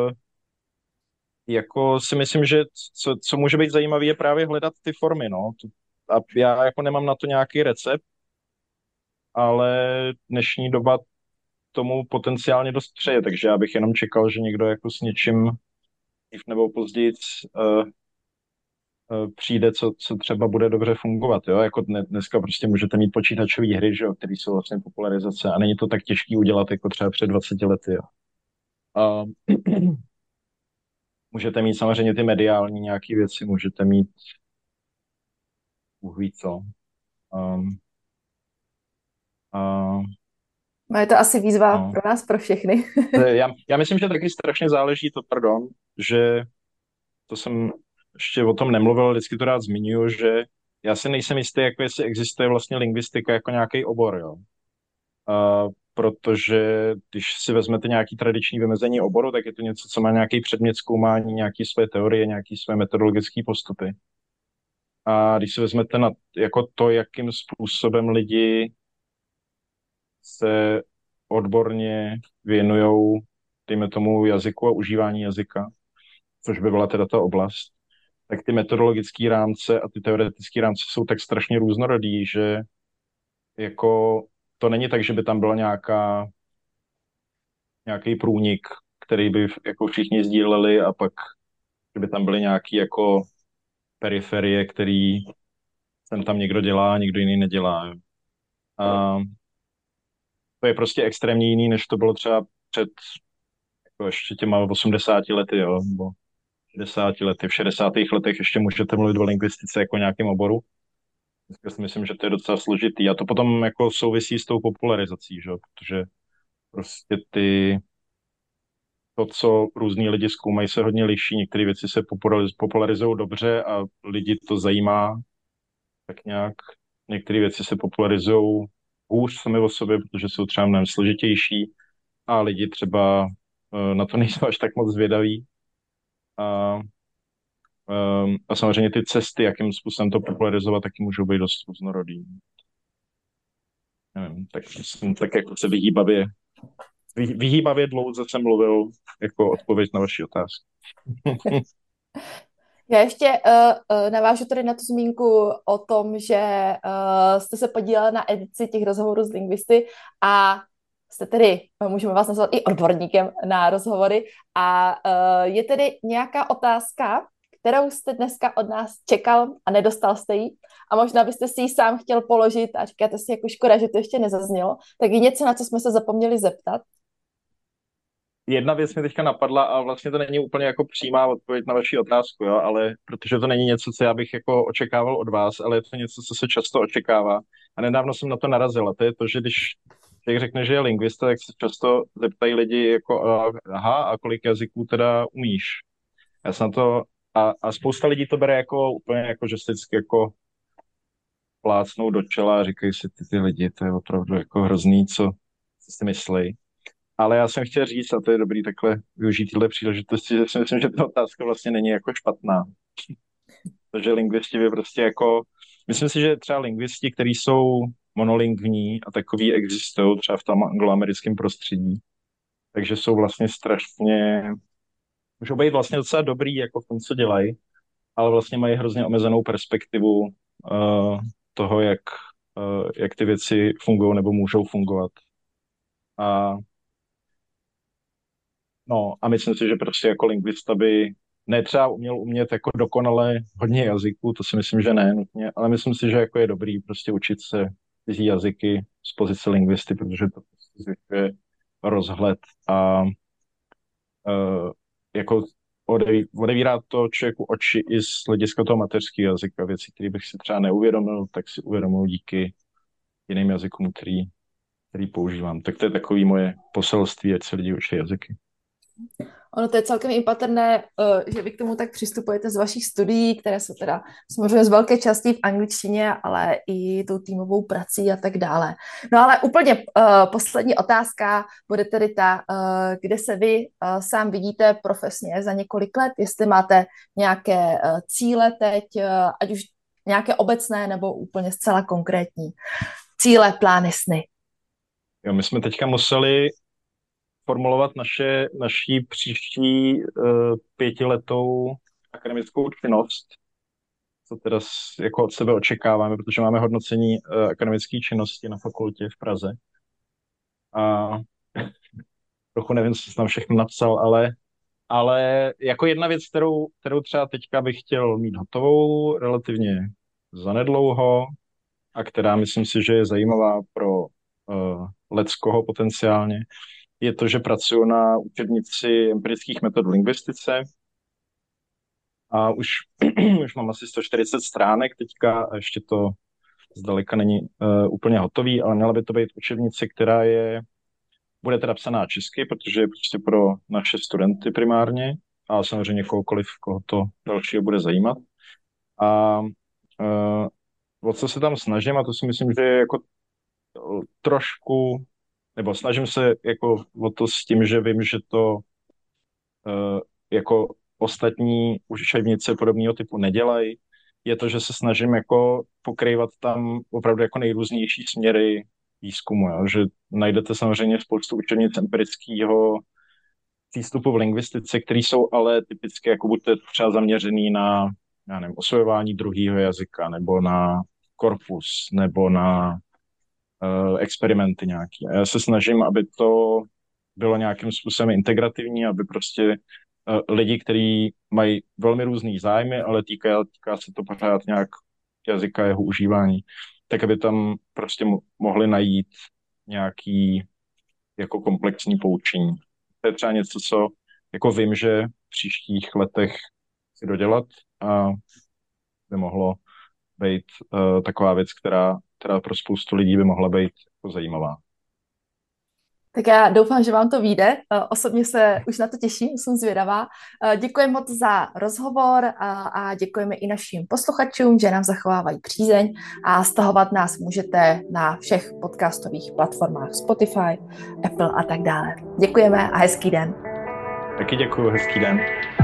jako si myslím, že co může být zajímavé, je právě hledat ty formy, no. A já jako nemám na to nějaký recept, ale dnešní doba tomu potenciálně dost přeje, takže já bych jenom čekal, že někdo jako s něčím dřív nebo později přijde, co třeba bude dobře fungovat, jo, jako dneska prostě můžete mít počítačové hry, že jo, které jsou vlastně popularizace a není to tak těžký udělat jako třeba před 20 lety, jo. A můžete mít samozřejmě ty mediální nějaké věci, můžete mít Bůh ví co. A, No je to asi výzva no. pro nás, pro všechny. Já myslím, že taky strašně záleží to, pardon, že to jsem ještě o tom nemluvil, vždycky to rád zmiňuji, že já si nejsem jistý, jako jestli existuje vlastně lingvistika jako nějaký obor, jo. Protože když si vezmete nějaký tradiční vymezení oboru, tak je to něco, co má nějaký předmět zkoumání, nějaký své teorie, nějaký své metodologické postupy. A když si vezmete jako to, jakým způsobem lidi se odborně věnují, dejme tomu, jazyku a užívání jazyka, což by byla teda ta oblast, tak ty metodologické rámce a ty teoretické rámce jsou tak strašně různorodý, že jako to není tak, že by tam byla nějaký průnik, který by jako všichni sdíleli a pak, že by tam byly nějaký jako periferie, který sem tam někdo dělá a někdo jiný nedělá. Jo. A to je prostě extrémně jiný, než to bylo třeba před jako ještě těma 80 lety, jo, nebo 60 lety. V 60. letech ještě můžete mluvit o lingvistice jako nějakém oboru. Dneska si myslím, že to je docela složitý. A to potom jako souvisí s tou popularizací, že? Protože prostě to, co různí lidi zkoumají, se hodně liší. Některé věci se popularizují dobře a lidi to zajímá tak nějak. Některé věci se popularizují hůř sami o sobě, protože jsou třeba mnohem složitější a lidi třeba na to nejsou až tak moc zvědaví. A, a samozřejmě ty cesty, jakým způsobem to popularizovat, taky můžou být dost různorodý. Nevím, tak jsem tak jako se vyhýbavě dlouze jsem mluvil jako odpověď na vaši otázku. Já ještě navážu tady na tu zmínku o tom, že jste se podíleli na edici těch rozhovorů s lingvisty a jste tedy, můžeme vás nazvat i odborníkem na rozhovory a je tedy nějaká otázka, kterou jste dneska od nás čekal a nedostal jste ji. A možná byste si ji sám chtěl položit a říkáte si, jako škoda, že to ještě nezaznělo. Tak je něco, na co jsme se zapomněli zeptat? Jedna věc mi teďka napadla a vlastně to není úplně jako přímá odpověď na vaši otázku, jo, ale protože to není něco, co já bych jako očekával od vás, ale je to něco, co se často očekává. A nedávno jsem na to narazil, a to je to, že když člověk řekne, že je lingvista, tak se často zeptají lidi jako, aha, a kolik jazyků teda umíš? Já jsem na to, a spousta lidí to bere jako úplně jako, že se vždycky jako plácnou do čela a říkají si ty lidi, to je opravdu jako hrozný, co si myslí. Ale já jsem chtěl říct, a to je dobrý takhle využít tyhle příležitosti, že si myslím, že ta otázka vlastně není jako špatná. Takže lingvisti by prostě jako, myslím si, že třeba lingvisti, kteří jsou monolingvní a takový existují třeba v tom angloamerickém prostředí, takže jsou vlastně strašně, můžou být vlastně docela dobrý jako v tom, co dělají, ale vlastně mají hrozně omezenou perspektivu toho, jak ty věci fungují nebo můžou fungovat. A No a myslím si, že prostě jako lingvista by ne třeba umět jako dokonale hodně jazyků, to si myslím, že ne nutně, ale myslím si, že jako je dobrý prostě učit se cizí jazyky z pozice lingvisty, protože to prostě zvyšuje rozhled a jako odevírá to člověku oči i z hlediska toho mateřského jazyka. Věci, které bych si třeba neuvědomil, tak si uvědomil díky jiným jazykům, který používám. Tak to je takový moje poselství, ať se lidi učí jazyky. Ono to je celkem i patrné, že vy k tomu tak přistupujete z vašich studií, které jsou teda samozřejmě z velké části v angličtině, ale i tou týmovou prací a tak dále. No ale úplně poslední otázka bude tedy ta, kde se vy sám vidíte profesně za několik let, jestli máte nějaké cíle teď, ať už nějaké obecné nebo úplně zcela konkrétní cíle, plány, sny. Jo, my jsme teďka museli formulovat naší příští 5letou akademickou činnost, co teda jako od sebe očekáváme, protože máme hodnocení akademické činnosti na fakultě v Praze. A trochu nevím, co jsem tam všechno napsal, ale jako jedna věc, kterou třeba teďka bych chtěl mít hotovou relativně zanedlouho a která myslím si, že je zajímavá pro leckoho potenciálně, je to, že pracuji na učebnici empirických metod v lingvistice a už mám asi 140 stránek teďka a ještě to zdaleka není úplně hotový, ale měla by to být učebnice, která bude teda psaná česky, protože je prostě pro naše studenty primárně a samozřejmě kohokoliv, koho to dalšího bude zajímat. A o co se tam snažím, a to si myslím, že je jako trošku, nebo snažím se jako o to s tím, že vím, že to jako ostatní učebnice podobného typu nedělají, je to, že se snažím jako pokrývat tam opravdu jako nejrůznější směry výzkumu, jo? Že najdete samozřejmě spoustu učebnic empirického přístupu v lingvistice, které jsou ale typicky jako buďte třeba zaměřený na, já nevím, osvojování druhého jazyka, nebo na korpus, nebo na experimenty nějaké. Já se snažím, aby to bylo nějakým způsobem integrativní, aby prostě lidi, kteří mají velmi různý zájmy, ale týká se to pořád nějak jazyka, jeho užívání, tak aby tam prostě mohli najít nějaký jako komplexní poučení. To je třeba něco, co jako vím, že v příštích letech si dodělat a by mohlo být taková věc, která pro spoustu lidí by mohla být jako zajímavá. Tak já doufám, že vám to vyjde. Osobně se už na to těším, jsem zvědavá. Děkujeme moc za rozhovor a děkujeme i našim posluchačům, že nám zachovávají přízeň a stahovat nás můžete na všech podcastových platformách Spotify, Apple a tak dále. Děkujeme a hezký den. Taky děkuju, hezký den.